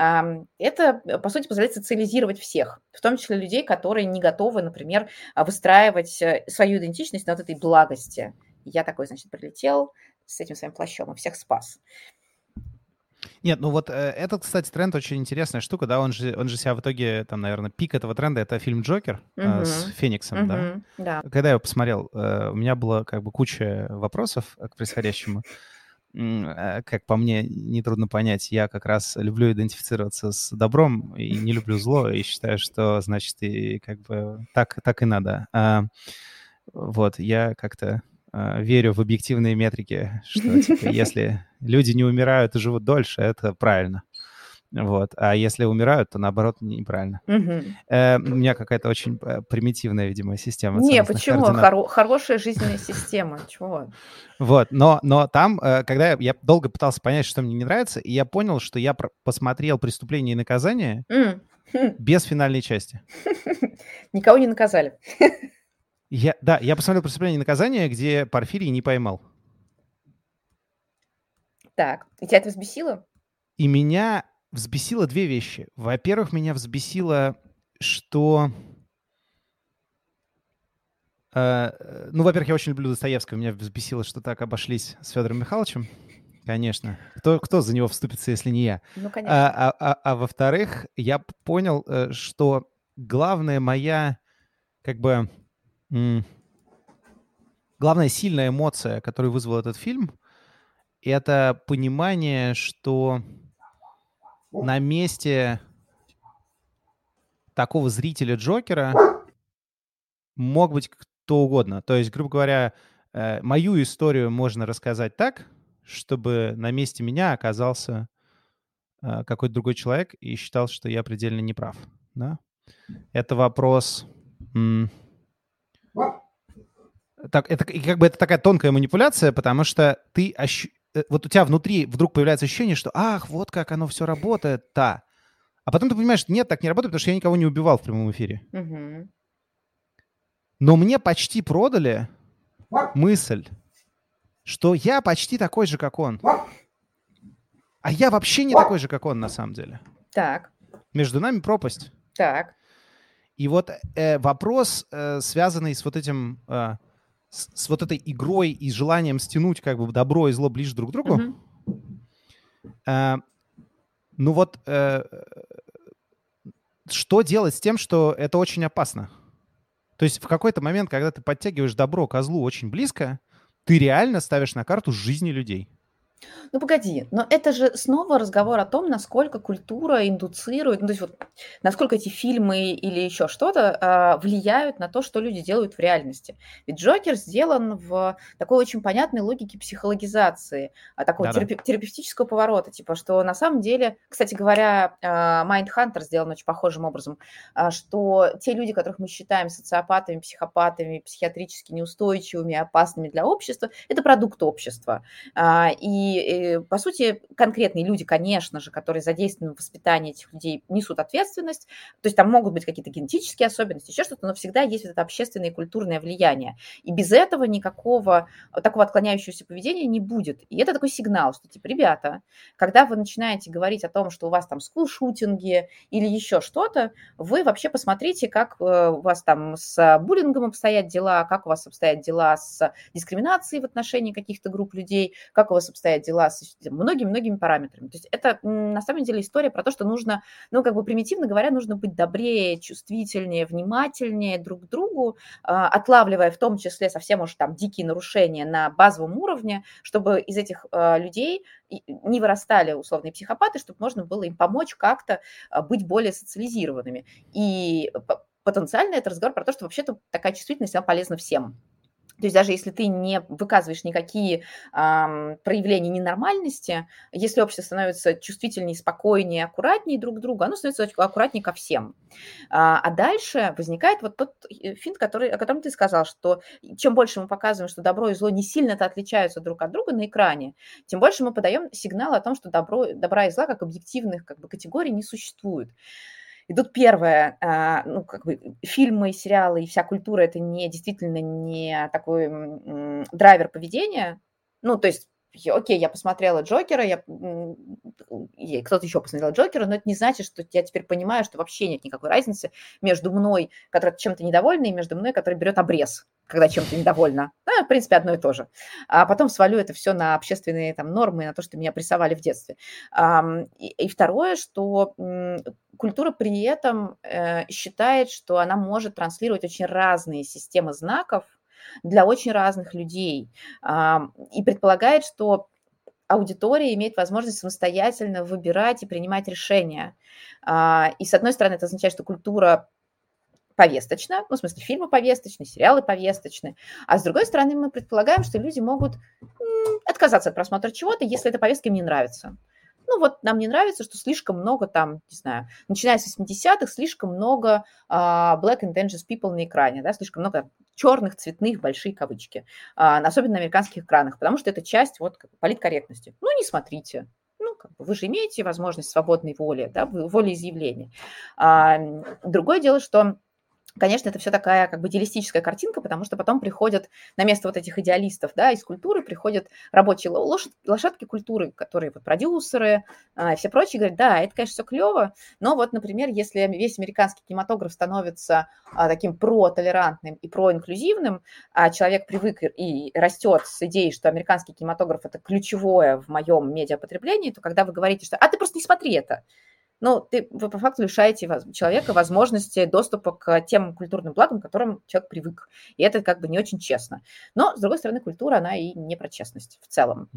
Это, по сути, позволяет социализировать всех, в том числе людей, которые не готовы, например, выстраивать свою идентичность на вот этой благости. Я такой, значит, прилетел с этим своим плащом и всех спас. Нет, ну вот этот, кстати, тренд очень интересная штука, да, он же себя в итоге, там, наверное, пик этого тренда — это фильм «Джокер» с Фениксом, да? Да. Когда я его посмотрел, у меня было как бы куча вопросов к происходящему. Как по мне, нетрудно понять, я как раз люблю идентифицироваться с добром и не люблю зло, и считаю, что, значит, и как бы так и надо. Вот, я как-то верю в объективные метрики, что, типа, если люди не умирают и живут дольше, это правильно. Вот. А если умирают, то наоборот неправильно. Мгм. У меня какая-то очень примитивная, видимо, система Не, ценностных почему? координат. Хорошая жизненная система. Чего? Вот, но там, когда я долго пытался понять, что мне не нравится, и я понял, что я посмотрел «Преступление и наказание» Хм. без финальной части. Никого не наказали. Я посмотрел «Преступление и наказание», где Порфирий не поймал. Так, и тебя это взбесило? И меня взбесило две вещи. Во-первых, меня взбесило, что... Ну, во-первых, я очень люблю Достоевского. Меня взбесило, что так обошлись с Федором Михайловичем. Конечно. Кто за него вступится, если не я? Ну, конечно. А во-вторых, я понял, что главная моя, как бы, главная сильная эмоция, которую вызвал этот фильм, это понимание, что на месте такого зрителя Джокера мог быть кто угодно. То есть, грубо говоря, мою историю можно рассказать так, чтобы на месте меня оказался какой-то другой человек и считал, что я предельно неправ. Да? Это вопрос... Так, это как бы это такая тонкая манипуляция, потому что ты вот у тебя внутри вдруг появляется ощущение, что ах, вот как оно все работает, А потом ты понимаешь, что нет, так не работает, потому что я никого не убивал в прямом эфире. Угу. Но мне почти продали мысль, что я почти такой же, как он. А я вообще не такой же, как он, на самом деле. Так. Между нами пропасть. Так. И вот вопрос, связанный с вот этим, с вот этой игрой и желанием стянуть как бы добро и зло ближе друг к другу, ну вот что делать с тем, что это очень опасно? То есть в какой-то момент, когда ты подтягиваешь добро ко злу очень близко, ты реально ставишь на карту жизни людей. Ну, погоди, но это же снова разговор о том, насколько культура индуцирует, ну, то есть вот насколько эти фильмы или еще что-то влияют на то, что люди делают в реальности. Ведь Джокер сделан в такой очень понятной логике психологизации, такого Да-да. терапевтического поворота, типа, что на самом деле, кстати говоря, Майндхантер сделан очень похожим образом, что те люди, которых мы считаем социопатами, психопатами, психиатрически неустойчивыми, опасными для общества, это продукт общества. И, по сути, конкретные люди, конечно же, которые задействованы в воспитании этих людей, несут ответственность. То есть там могут быть какие-то генетические особенности, еще что-то, но всегда есть вот это общественное и культурное влияние. И без этого никакого такого отклоняющегося поведения не будет. И это такой сигнал, что, типа, ребята, когда вы начинаете говорить о том, что у вас там скулшутинги или еще что-то, вы вообще посмотрите, как у вас там с буллингом обстоят дела, как у вас обстоят дела с дискриминацией в отношении каких-то групп людей, как у вас обстоят дела с многими-многими параметрами. То есть это на самом деле история про то, что нужно, ну, как бы примитивно говоря, нужно быть добрее, чувствительнее, внимательнее друг к другу, отлавливая в том числе совсем уж там дикие нарушения на базовом уровне, чтобы из этих людей не вырастали условные психопаты, чтобы можно было им помочь как-то быть более социализированными. И потенциально это разговор про то, что вообще-то такая чувствительность, она полезна всем. То есть даже если ты не выказываешь никакие проявления ненормальности, если общество становится чувствительнее, спокойнее, аккуратнее друг к другу, оно становится аккуратнее ко всем. А дальше возникает вот тот финт, о котором ты сказал, что чем больше мы показываем, что добро и зло не сильно-то отличаются друг от друга на экране, тем больше мы подаем сигнал о том, что добра и зла как объективных как бы, категорий не существует. И тут первое, ну, как бы фильмы, сериалы и вся культура – это действительно не такой драйвер поведения. Ну, то есть, окей, я посмотрела Джокера, кто-то еще посмотрел Джокера, но это не значит, что я теперь понимаю, что вообще нет никакой разницы между мной, которая чем-то недовольна, и между мной, которая берет обрез, когда чем-то недовольна. В принципе, одно и то же. А потом свалю это все на общественные там нормы, на то, что меня прессовали в детстве. И второе, что культура при этом считает, что она может транслировать очень разные системы знаков для очень разных людей. И предполагает, что аудитория имеет возможность самостоятельно выбирать и принимать решения. И, с одной стороны, это означает, что культура повесточна, ну, в смысле, фильмы повесточны, сериалы повесточны, а с другой стороны, мы предполагаем, что люди могут отказаться от просмотра чего-то, если эта повестка им не нравится. Ну, вот нам не нравится, что слишком много там, не знаю, начиная с 80-х, слишком много black and dangerous people на экране, да, слишком много черных, цветных, большие кавычки, особенно на американских экранах, потому что это часть вот политкорректности. Ну, не смотрите. Ну, как бы вы же имеете возможность свободной воли, да, волеизъявления. Другое дело, что конечно, это все такая как бы идеалистическая картинка, потому что потом приходят на место вот этих идеалистов, да, из культуры приходят рабочие лошадки культуры, которые вот продюсеры и все прочие говорят, да, это, конечно, все клево, но вот, например, если весь американский кинематограф становится таким про-толерантным и про-инклюзивным, а человек привык и растет с идеей, что американский кинематограф – это ключевое в моем медиапотреблении, то когда вы говорите, что ты просто не смотри это, ну, вы по факту лишаете человека возможности доступа к тем культурным благам, к которым человек привык. И это как бы не очень честно. Но, с другой стороны, культура, она и не про честность в целом.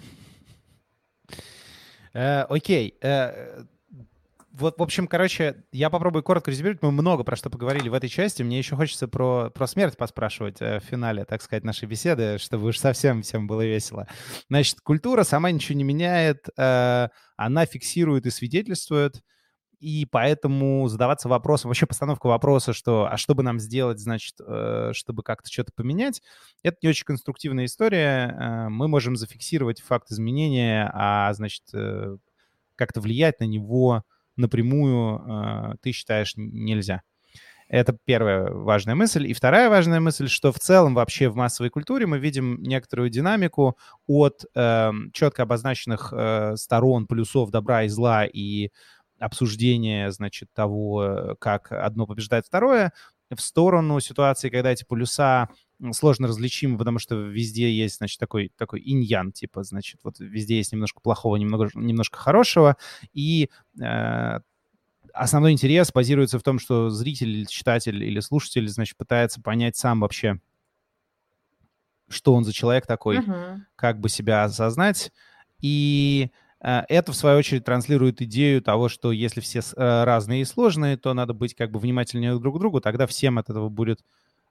Окей. Вот, в общем, короче, я попробую коротко резюмировать. Мы много про что поговорили в этой части. Мне еще хочется про смерть поспрашивать в финале, так сказать, нашей беседы, чтобы уж совсем всем было весело. Значит, культура сама ничего не меняет. Она фиксирует и свидетельствует. И поэтому задаваться вопросом, вообще постановка вопроса, что что бы нам сделать, значит, чтобы как-то что-то поменять, это не очень конструктивная история. Мы можем зафиксировать факт изменения, значит, как-то влиять на него напрямую, ты считаешь, нельзя. Это первая важная мысль. И вторая важная мысль, что в целом вообще в массовой культуре мы видим некоторую динамику от четко обозначенных сторон плюсов добра и зла и обсуждения, значит, того, как одно побеждает второе, в сторону ситуации, когда эти полюса сложно различимы, потому что везде есть, значит, такой инь-ян, типа, значит, вот везде есть немножко плохого, немножко хорошего, и основной интерес базируется в том, что зритель, читатель или слушатель, значит, пытается понять сам вообще, что он за человек такой, как бы себя осознать, и это, в свою очередь, транслирует идею того, что если все разные и сложные, то надо быть как бы внимательнее друг к другу, тогда всем от этого будет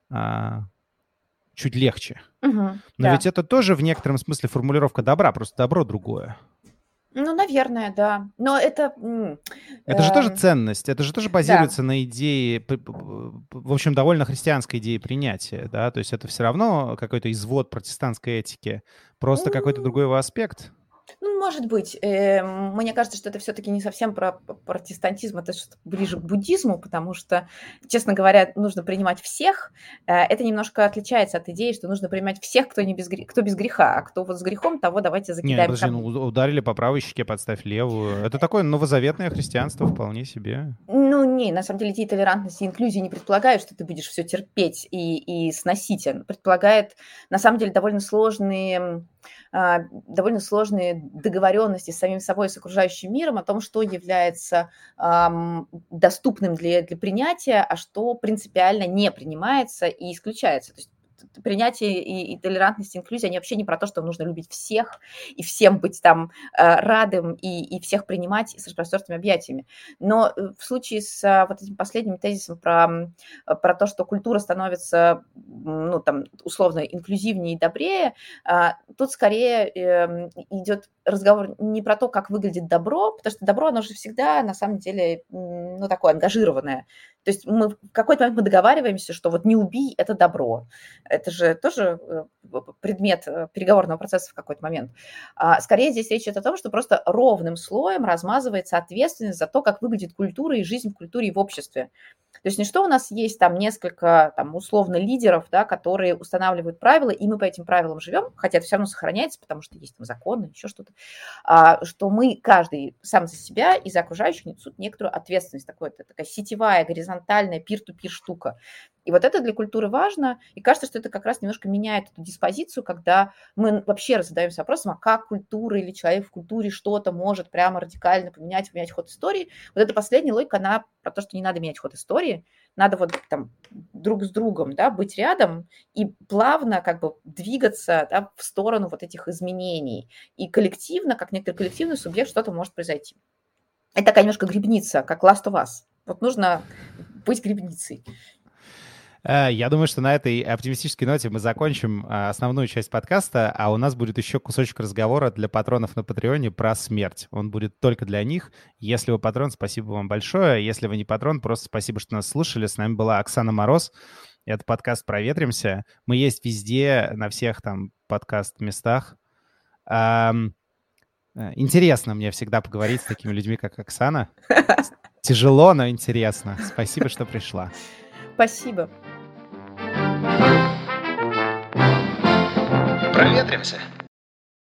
чуть легче. Но ведь это тоже в некотором смысле формулировка добра, просто добро другое. Ну, наверное, да. Но это... Это же тоже ценность, это же тоже базируется на идее, в общем, довольно христианской идее принятия, да, то есть это все равно какой-то извод протестантской этики, просто какой-то другой его аспект. Ну, может быть. Мне кажется, что это все-таки не совсем про протестантизм, это что-то ближе к буддизму, потому что, честно говоря, нужно принимать всех. Это немножко отличается от идеи, что нужно принимать всех, кто без греха, а кто вот с грехом, того давайте закидаем. Подожди, ударили по правой щеке, подставь левую. Это такое новозаветное христианство вполне себе. Ну, не, на самом деле идея толерантности и инклюзии не предполагают, что ты будешь все терпеть и сносить. Она предполагает, на самом деле, довольно сложные договоренности с самим собой, с окружающим миром о том, что является доступным для принятия, а что принципиально не принимается и исключается. То есть принятие и толерантность, и инклюзия, они вообще не про то, что нужно любить всех и всем быть там радым и всех принимать с распростертыми объятиями. Но в случае с вот этим последним тезисом про то, что культура становится, ну, там, условно, инклюзивнее и добрее, тут скорее идет разговор не про то, как выглядит добро, потому что добро, оно же всегда, на самом деле, ну, такое ангажированное. То есть в какой-то момент мы договариваемся, что вот не убий – это добро. Это же тоже предмет переговорного процесса в какой-то момент. Скорее здесь речь идет о том, что просто ровным слоем размазывается ответственность за то, как выглядит культура и жизнь в культуре и в обществе. То есть не что у нас есть там несколько там, условно лидеров, да, которые устанавливают правила, и мы по этим правилам живем, хотя это все равно сохраняется, потому что есть там законы, еще что-то, что мы, каждый сам за себя и за окружающих несут некоторую ответственность. Такая сетевая, горизонтальная, пир-ту-пир штука. И вот это для культуры важно, и кажется, что это как раз немножко меняет эту диспозицию, когда мы вообще задаемся вопросом, а как культура или человек в культуре что-то может прямо радикально поменять ход истории. Вот эта последняя логика, она про то, что не надо менять ход истории, надо вот там друг с другом, да, быть рядом и плавно как бы двигаться, да, в сторону вот этих изменений. И коллективно, как некоторый коллективный субъект, что-то может произойти. Это такая немножко грибница, как Last of Us. Вот нужно быть грибницей. Я думаю, что на этой оптимистической ноте мы закончим основную часть подкаста, а у нас будет еще кусочек разговора для патронов на Патреоне про смерть. Он будет только для них. Если вы патрон, спасибо вам большое. Если вы не патрон, просто спасибо, что нас слушали. С нами была Оксана Мороз. Это подкаст «Проветримся». Мы есть везде, на всех там подкаст-местах. Интересно мне всегда поговорить с такими людьми, как Оксана. Тяжело, но интересно. Спасибо, что пришла. Спасибо. Проветримся.